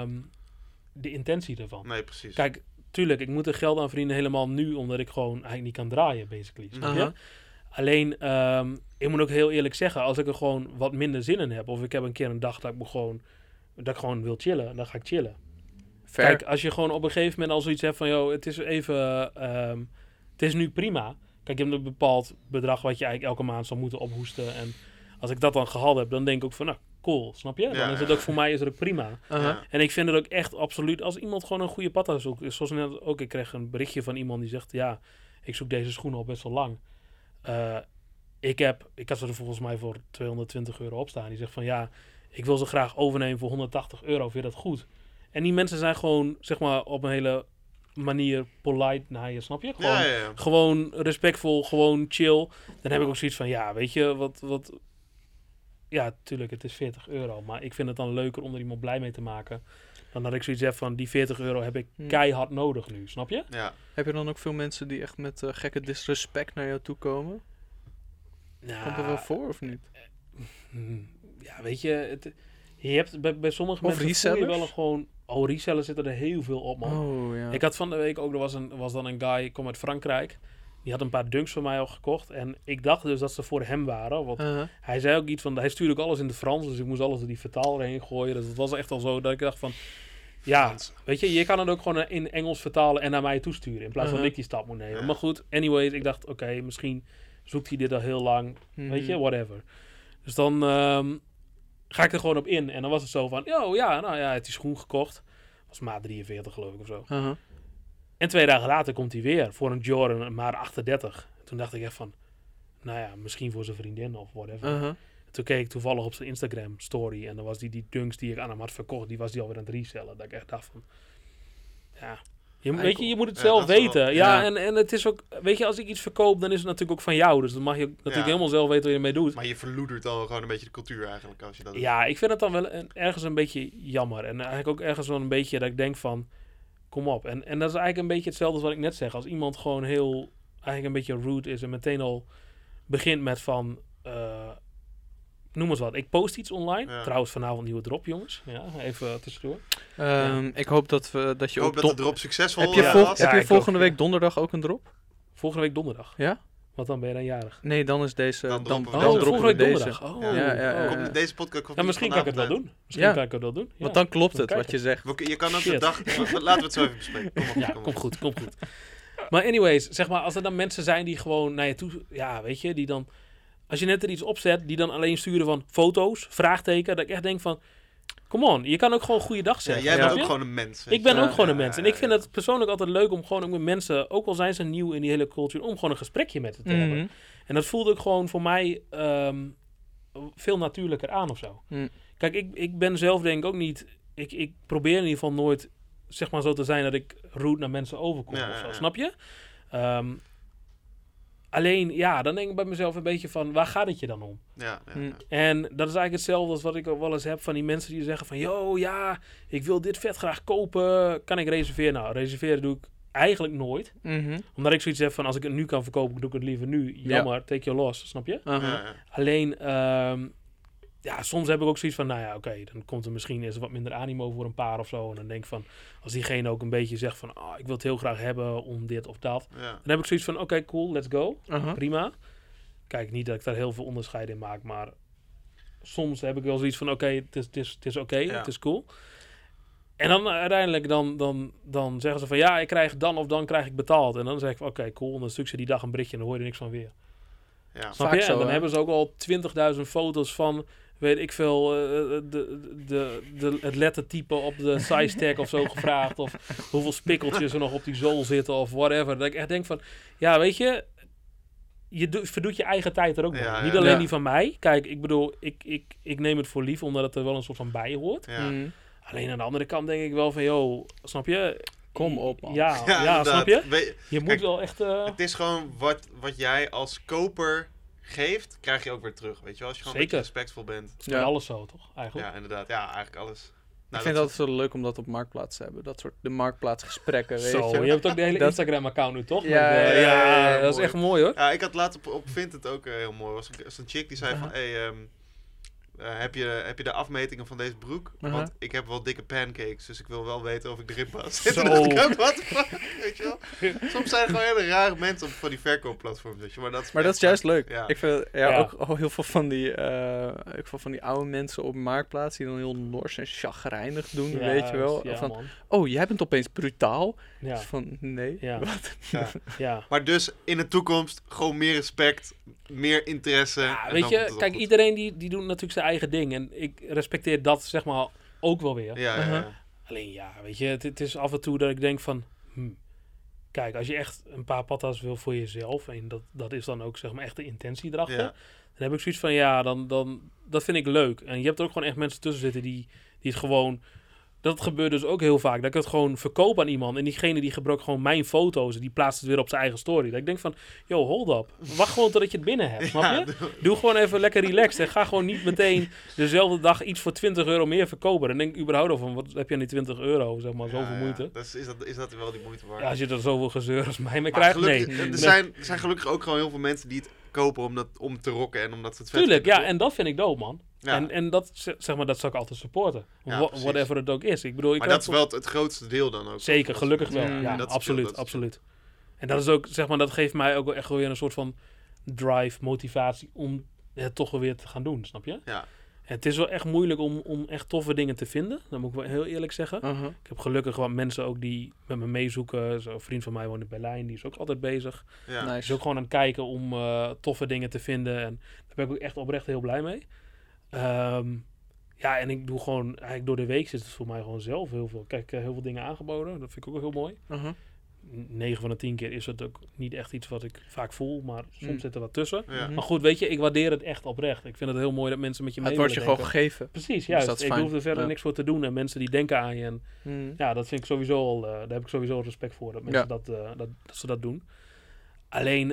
de intentie ervan. Nee, precies. Kijk, tuurlijk, ik moet er geld aan verdienen helemaal nu, omdat ik gewoon eigenlijk niet kan draaien, basically. Snap je? Aha. Alleen, ik moet ook heel eerlijk zeggen, als ik er gewoon wat minder zin in heb, of ik heb een keer een dag dat ik gewoon wil chillen, dan ga ik chillen. Fair. Kijk, als je gewoon op een gegeven moment al zoiets hebt van, joh, het is even, het is nu prima. Kijk, je hebt een bepaald bedrag wat je eigenlijk elke maand zal moeten ophoesten. En als ik dat dan gehaald heb, dan denk ik ook van, nou, cool, snap je? Dan Ja, is het ja. ook voor mij is het ook prima. Aha. Ja. En ik vind het ook echt absoluut, als iemand gewoon een goede patta zoekt, zoals net ook, ik kreeg een berichtje van iemand die zegt, ja, ik zoek deze schoenen al best wel lang. Ik had ze er volgens mij voor €220 op staan. Die zegt van ja, ik wil ze graag overnemen voor €180. Vind je dat goed? En die mensen zijn gewoon, zeg maar, op een hele manier polite naar je, snap je? Gewoon, gewoon respectvol, gewoon chill. Dan heb ik ook zoiets van, ja, weet je, wat... Ja, tuurlijk, het is €40. Maar ik vind het dan leuker om er iemand blij mee te maken. Dan dat ik zoiets heb van, die €40 heb ik keihard nodig nu, snap je? Ja. Heb je dan ook veel mensen die echt met gekke disrespect naar jou toe komen? Nou, Komt er wel voor of niet? Ja, weet je, je hebt bij sommige Of mensen voel je resellers? wel gewoon... Oh, resellers zitten er heel veel op, man. Oh, ja. Ik had van de week ook, was dan een guy, kom uit Frankrijk. Die had een paar dunks van mij al gekocht. En ik dacht dus dat ze voor hem waren. Want hij zei ook iets van, hij stuurde ook alles in het Frans. Dus ik moest alles door die vertaler heen gooien. Dus het was echt al zo dat ik dacht van... Ja, weet je kan het ook gewoon in Engels vertalen en naar mij toesturen. In plaats van dat ik die stap moet nemen. Maar goed, anyways, ik dacht, oké, misschien zoekt hij dit al heel lang. Weet je, whatever. Dus dan ga ik er gewoon op in. En dan was het zo van, hij heeft die schoen gekocht. Was maat 43 geloof ik of zo. En 2 dagen later komt hij weer voor een Jordan, een maat 38. Toen dacht ik echt van, nou ja, misschien voor zijn vriendin of whatever. Toen keek ik toevallig op zijn Instagram story. En dan was die dunks die ik aan hem had verkocht, die was die alweer aan het resellen. Dat ik echt dacht van, ja... Weet je, je moet het zelf weten. Wel, en het is ook... Weet je, als ik iets verkoop, dan is het natuurlijk ook van jou. Dus dan mag je natuurlijk helemaal zelf weten wat je ermee doet. Maar je verloedert dan gewoon een beetje de cultuur eigenlijk, als je dat doet. Ja, ik vind het dan wel ergens een beetje jammer. En eigenlijk ook ergens wel een beetje dat ik denk van... Kom op. En dat is eigenlijk een beetje hetzelfde als wat ik net zeg. Als iemand gewoon eigenlijk een beetje rude is en meteen al begint met van... noem eens wat. Ik post iets online. Ja. Trouwens, vanavond nieuwe drop, jongens. Ja, even tussendoor. Ik hoop dat je ook de drop succesvol Heb je volgende week donderdag ook een drop? Volgende week donderdag? Ja? Want dan ben je dan jarig. Nee, dan is deze... Dan droppen we deze. Donderdag. Komt deze podcast komt misschien kan ik het wel doen. Misschien kan ik het wel doen. Want dan klopt het wat je zegt. Je kan ook de dag... Laten we het zo even bespreken. Kom goed. Maar anyways, zeg maar, als er dan mensen zijn die gewoon naar je toe... Ja, weet je, die dan... Als je net er iets opzet, die dan alleen sturen van foto's, vraagteken, dat ik echt denk van... Come on, je kan ook gewoon goeiedag zeggen. Ja, jij bent ook gewoon een mens. Ik ben ook gewoon een mens. En ik vind het persoonlijk altijd leuk om gewoon ook met mensen, ook al zijn ze nieuw in die hele cultuur, om gewoon een gesprekje met ze te hebben. En dat voelde ook gewoon voor mij veel natuurlijker aan of zo. Kijk, ik ben zelf denk ik ook niet... Ik probeer in ieder geval nooit, zeg maar zo te zijn dat ik rude naar mensen overkom of zo. Snap je? Alleen, ja, dan denk ik bij mezelf een beetje van, waar gaat het je dan om? Ja. En dat is eigenlijk hetzelfde als wat ik ook wel eens heb van die mensen die zeggen van... Yo, ja, ik wil dit vet graag kopen. Kan ik reserveren? Nou, reserveren doe ik eigenlijk nooit. Omdat ik zoiets heb van, als ik het nu kan verkopen, doe ik het liever nu. Jammer, take your loss, snap je? Alleen, soms heb ik ook zoiets van, nou ja, oké, dan komt er misschien eens wat minder animo voor een paar of zo. En dan denk ik van, als diegene ook een beetje zegt van, ik wil het heel graag hebben om dit of dat. Dan heb ik zoiets van, oké, cool, let's go. Prima. Kijk, niet dat ik daar heel veel onderscheid in maak, maar soms heb ik wel zoiets van, oké, het is oké, het is cool. En dan uiteindelijk dan zeggen ze van, ja, ik krijg dan of dan krijg ik betaald. En dan zeg ik van, oké, cool, en dan stuur ze die dag een berichtje en dan hoor je er niks van weer. Ja. Snap je? En dan hebben ze ook al 20.000 foto's van, weet ik veel, het lettertype op de size tag of zo gevraagd. Of hoeveel spikkeltjes er nog op die zool zitten of whatever. Dat ik echt denk van, ja, weet je, verdoet je eigen tijd er ook mee. Niet alleen die van mij. Kijk, ik bedoel, ik neem het voor lief omdat het er wel een soort van bij hoort. Alleen aan de andere kant denk ik wel van, joh, snap je? Kom op, man. Ja, snap je? Je moet wel echt... Het is gewoon wat jij als koper geeft, krijg je ook weer terug. Weet je wel? Als je gewoon een beetje respectvol bent. Ja, alles zo, toch? Eigenlijk. Ja, inderdaad. Ja, eigenlijk alles. Ik vind het altijd zo leuk om dat op Marktplaats te hebben. Dat soort de Marktplaatsgesprekken, weet je. Je hebt ook de hele Instagram-account nu, toch? Ja, dat is echt mooi, hoor. Ja, ik had later op Vinted ook heel mooi. Was een chick die zei van, heb je de afmetingen van deze broek? Want ik heb wel dikke pancakes, dus ik wil wel weten of ik erin pas. Zo. Weet je wel? Soms zijn er gewoon hele rare mensen op van die verkoopplatforms, weet je. Maar dat is juist leuk. Ja. Ik vind ook heel veel van die oude mensen op Marktplaats die dan heel nors en chagrijnig doen, weet je wel. Van, man. Jij bent opeens brutaal. Ja. Dus van, nee. Ja. Wat? Ja. Maar dus in de toekomst gewoon meer respect, meer interesse. Ja, weet je, kijk, iedereen die doet natuurlijk zijn eigen ding. En ik respecteer dat, zeg maar, ook wel weer. Ja. Alleen, weet je, het is af en toe dat ik denk van... kijk, als je echt een paar patas wil voor jezelf, en dat is dan ook zeg maar echt de intentie erachter, Ja. dan heb ik zoiets van, ja, dan dat vind ik leuk. En je hebt er ook gewoon echt mensen tussen zitten die het gewoon... Dat gebeurt dus ook heel vaak. Dat ik het gewoon verkoop aan iemand. En diegene die gebruikt gewoon mijn foto's. En die plaatst het weer op zijn eigen story. Dat ik denk van, yo, hold up. Wacht gewoon totdat je het binnen hebt. Snap je? Doe gewoon even lekker relaxed. En ga gewoon niet meteen dezelfde dag iets voor €20 meer verkopen. Dan denk ik überhaupt al van, wat heb je aan die €20? Zeg maar, zoveel moeite. Dus is dat wel die moeite waard? Ja, als je er zoveel gezeur als mij mee Maar krijgt, nee. gelukkig, er zijn gelukkig ook gewoon heel veel mensen die het kopen om te rocken en omdat ze het vet Tuurlijk, vinden. ja. En dat vind ik dope, man. Ja. En dat, zeg maar, dat zou ik altijd supporten. Ja, precies. Whatever het ook is. Ik bedoel, Maar dat is wel het grootste deel dan ook. Zeker, gelukkig wel. Mm, Ja, dat absoluut, scheelt. absoluut. En dat is ook, zeg maar, dat geeft mij ook wel echt weer een soort van drive, motivatie om het toch wel weer te gaan doen, snap je? Ja. En het is wel echt moeilijk om echt toffe dingen te vinden. Dat moet ik wel heel eerlijk zeggen. Uh-huh. Ik heb gelukkig wat mensen ook die met me meezoeken. Zo, een vriend van mij woont in Berlijn, die is ook altijd bezig. Ja. Die is Nice. ook gewoon aan het kijken om toffe dingen te vinden. En daar ben ik ook echt oprecht heel blij mee. Ja, en ik doe gewoon, eigenlijk door de week zit het voor mij gewoon zelf heel veel. Kijk, heel veel dingen aangeboden. Dat vind ik ook wel heel mooi. Uh-huh. 9 van de 10 keer is het ook niet echt iets wat ik vaak voel. Maar soms Mm. zit er wat tussen. Ja. Mhm. Maar goed, weet je, ik waardeer het echt oprecht. Ik vind het heel mooi dat mensen met je mee Het wordt je willen gewoon denken. gegeven. Precies, Dus juist. dat is Ik fijn. hoef er verder Ja. niks voor te doen. En mensen die denken aan je. En Mm. ja, dat vind ik sowieso al, daar heb ik sowieso respect voor. Dat mensen dat ze dat doen. Alleen,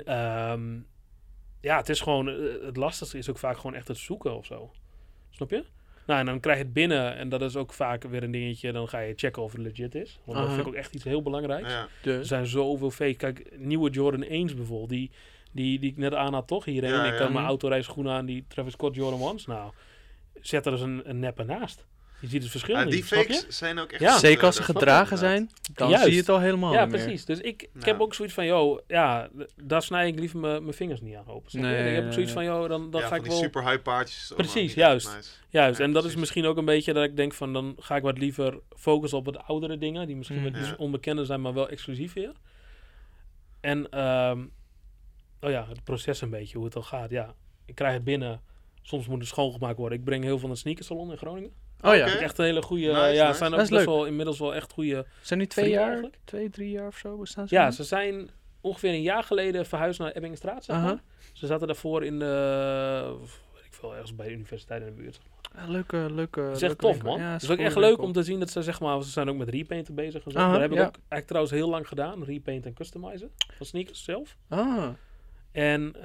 ja, het is gewoon, het lastigste is ook vaak gewoon echt het zoeken of zo. Snap je? Nou, en dan krijg je het binnen. En dat is ook vaak weer een dingetje. Dan ga je checken of het legit is. Want dat Aha. vind ik ook echt iets heel belangrijks. Ja. Er Dus. zijn zoveel fake. Kijk, nieuwe Jordan 1's bijvoorbeeld. Die ik net aan had, toch? Hierheen. Ja, Ik ja. had mijn Mhm. autorijschoenen aan, die Travis Scott Jordan 1's. Nou, zet er dus een nep ernaast. Je ziet het verschil Ja, niet, die snap je? fakes zijn ook echt... Ja. Zeker als ze dat snap gedragen ik zijn, dan Juist. zie je het al helemaal Ja, niet meer. precies. Dus ik Ja. heb ook zoiets van, joh, ja, daar snij ik liever mijn vingers niet aan open. snap je? Nee, Ik heb nee, zoiets nee. van, joh, dan Ja, ga van ik die wel... super high paardjes. Precies, juist. Juist, Ja, en dat precies. is misschien ook een beetje dat ik denk van, dan ga ik wat liever focussen op wat oudere dingen, die misschien wat Ja. iets onbekender zijn, maar wel exclusief weer. En, oh ja, het proces een beetje, hoe het dan gaat. Ja, ik krijg het binnen, soms moet het schoongemaakt worden. Ik breng heel veel naar het sneakersalon in Groningen. Oh ja, Oké. Heb ik echt een hele goede, Nice, ja, nice. zijn Dat ook is best leuk. wel, inmiddels wel echt goede. zijn nu 2 Vrienden jaar, eigenlijk? 2-3 jaar of zo bestaan ze Ja, nu? ze zijn ongeveer een jaar geleden verhuisd naar Ebbingenstraat, zeg maar. Aha. Ze zaten daarvoor in de, weet ik veel, ergens bij de universiteit in de buurt. Ja, leuke. Het is echt leuke tof, winkel. man. Ja, het is een ook echt goede leuk winkel. om te zien dat ze, zeg maar, ze zijn ook met repainten bezig en zo. Aha, Daar heb ik ja. ook eigenlijk trouwens heel lang gedaan. Repaint en customizen van sneakers zelf. Ah, En,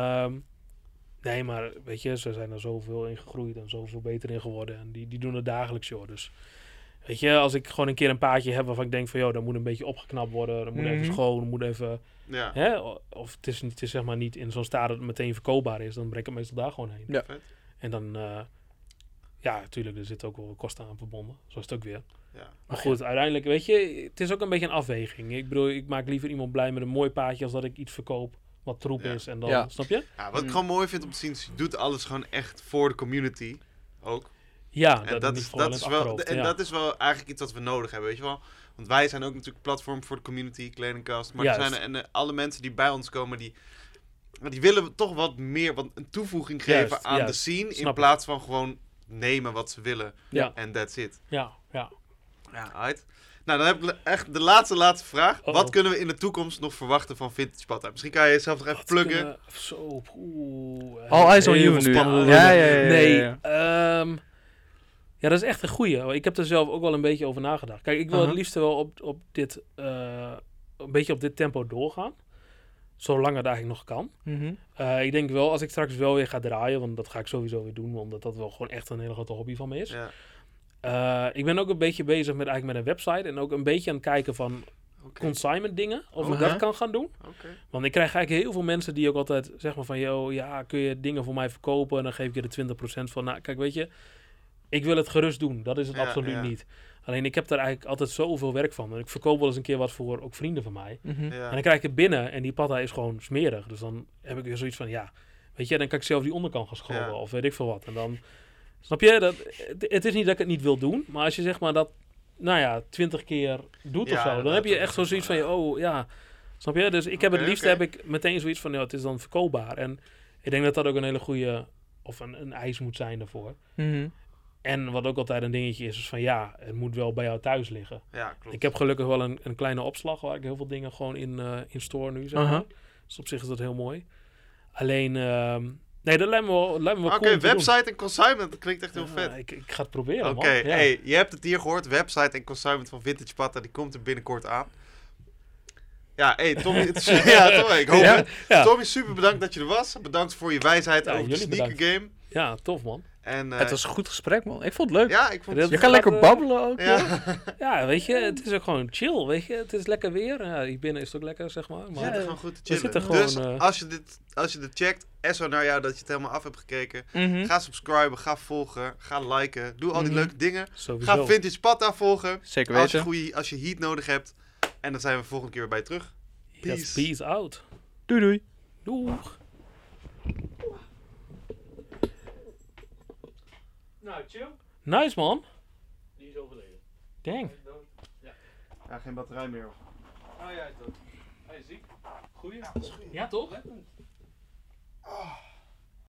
nee, maar weet je, ze zijn er zoveel in gegroeid en zoveel beter in geworden. En die doen het dagelijks, joh. Dus, weet je, als ik gewoon een keer een paardje heb waarvan ik denk van, joh, dat moet een beetje opgeknapt worden. Dat moet even Mhm. schoon, dat moet even... Ja. Hè? Of het is zeg maar niet in zo'n staat dat het meteen verkoopbaar is. Dan breng ik het meestal daar gewoon heen. Ja. Vet. En dan, ja, natuurlijk, er zitten ook wel kosten aan verbonden. Zo is het ook weer. Ja. Maar goed, uiteindelijk, weet je, het is ook een beetje een afweging. Ik bedoel, ik maak liever iemand blij met een mooi paadje als dat ik iets verkoop wat troep Ja. is. En dan, Ja. snap je? Ja, wat ik Mm. gewoon mooi vind om te zien, is je doet alles gewoon echt voor de community ook. Ja, En dat is wel eigenlijk iets wat we nodig hebben, weet je wel. Want wij zijn ook natuurlijk platform voor de community, Kledingkast. Maar er Juist. zijn alle mensen die bij ons komen, die willen toch wat meer, een toevoeging geven Juist, aan de juist. scene. In Snap ik. plaats van gewoon nemen wat ze willen. Ja. En that's it. Ja. Ja, uit. Nou, dan heb ik echt de laatste vraag. Uh-oh. Wat kunnen we in de toekomst nog verwachten van Vintage Patta? Misschien kan je jezelf nog even pluggen. All eyes on heel you veel nu. spannende Ja, dingen. ja, ja, Nee, ja, ja, dat is echt een goeie. Ik heb er zelf ook wel een beetje over nagedacht. Kijk, ik wil het Uh-huh. liefst wel op dit, een beetje op dit tempo doorgaan. Zolang het eigenlijk nog kan. Mhm. Ik denk wel, als ik straks wel weer ga draaien, want dat ga ik sowieso weer doen, omdat dat wel gewoon echt een hele grote hobby van me is. Ja, Ik ben ook een beetje bezig met eigenlijk met een website en ook een beetje aan het kijken van oké. consignment dingen, of ik Aha. dat kan gaan doen. Oké. Want ik krijg eigenlijk heel veel mensen die ook altijd zeggen van, yo, ja, kun je dingen voor mij verkopen en dan geef ik je er 20% van. Nou, kijk, weet je, ik wil het gerust doen, dat is het Ja, absoluut ja. niet. Alleen ik heb daar eigenlijk altijd zoveel werk van. En ik verkoop wel eens een keer wat voor ook vrienden van mij. Mhm. Ja. En dan krijg ik het binnen en die patta is gewoon smerig. Dus dan heb ik weer zoiets van, ja, weet je, dan kan ik zelf die onderkant gaan schrobben Ja. of weet ik veel wat. En dan, snap je, het is niet dat ik het niet wil doen, maar als je zeg maar dat, nou ja, 20 keer doet Ja, of zo, dan inderdaad, heb je dat echt is zo zoiets van, wel, oh ja, snap je? Dus ik heb het Oké, liefst oké. heb ik meteen zoiets van, ja, het is dan verkoopbaar. En ik denk dat dat ook een hele goede, of een eis moet zijn daarvoor. Mhm. En wat ook altijd een dingetje is van ja, het moet wel bij jou thuis liggen. Ja, klopt. Ik heb gelukkig wel een kleine opslag waar ik heel veel dingen gewoon in store nu, zeg maar. Dus op zich is dat heel mooi. Alleen, nee, dat lijkt me wel cool. Oké, website en consignment, dat klinkt echt heel vet. Ik ga het proberen, Oké, man. Ja. hey, je hebt het hier gehoord. Website en consignment van Vintage Patta, die komt er binnenkort aan. Ja, hey, Tommy, ik hoop het. Ja. Tommy, super bedankt dat je er was. Bedankt voor je wijsheid over de jullie sneaker bedankt. game. Ja, tof, man. En, Het was een goed gesprek, man. Ik vond het leuk. ja, ik vond het Je kan lekker babbelen ook. Ja. Ja, weet je, het is ook gewoon chill, weet je. Het is lekker weer. Ja, hier binnen is het ook lekker, zeg maar. We Maar zitten gewoon goed te we chillen. zitten gewoon, Dus als je dit checkt, SO naar jou dat je het helemaal af hebt gekeken. Mhm. Ga subscriben, ga volgen, ga liken. Doe al die leuke dingen. sowieso. Ga Vintage Patta volgen. Zeker Als weten. je, als je heat nodig hebt. En dan zijn we volgende keer weer bij je terug. Yes, peace out. Doei doei. Doeg. Nou, chill. Nice, man. Die is overleden. Dang. Ja, geen batterij meer. Oh ja, dat. Hij is ziek. Goeie. Ja, toch? Oh.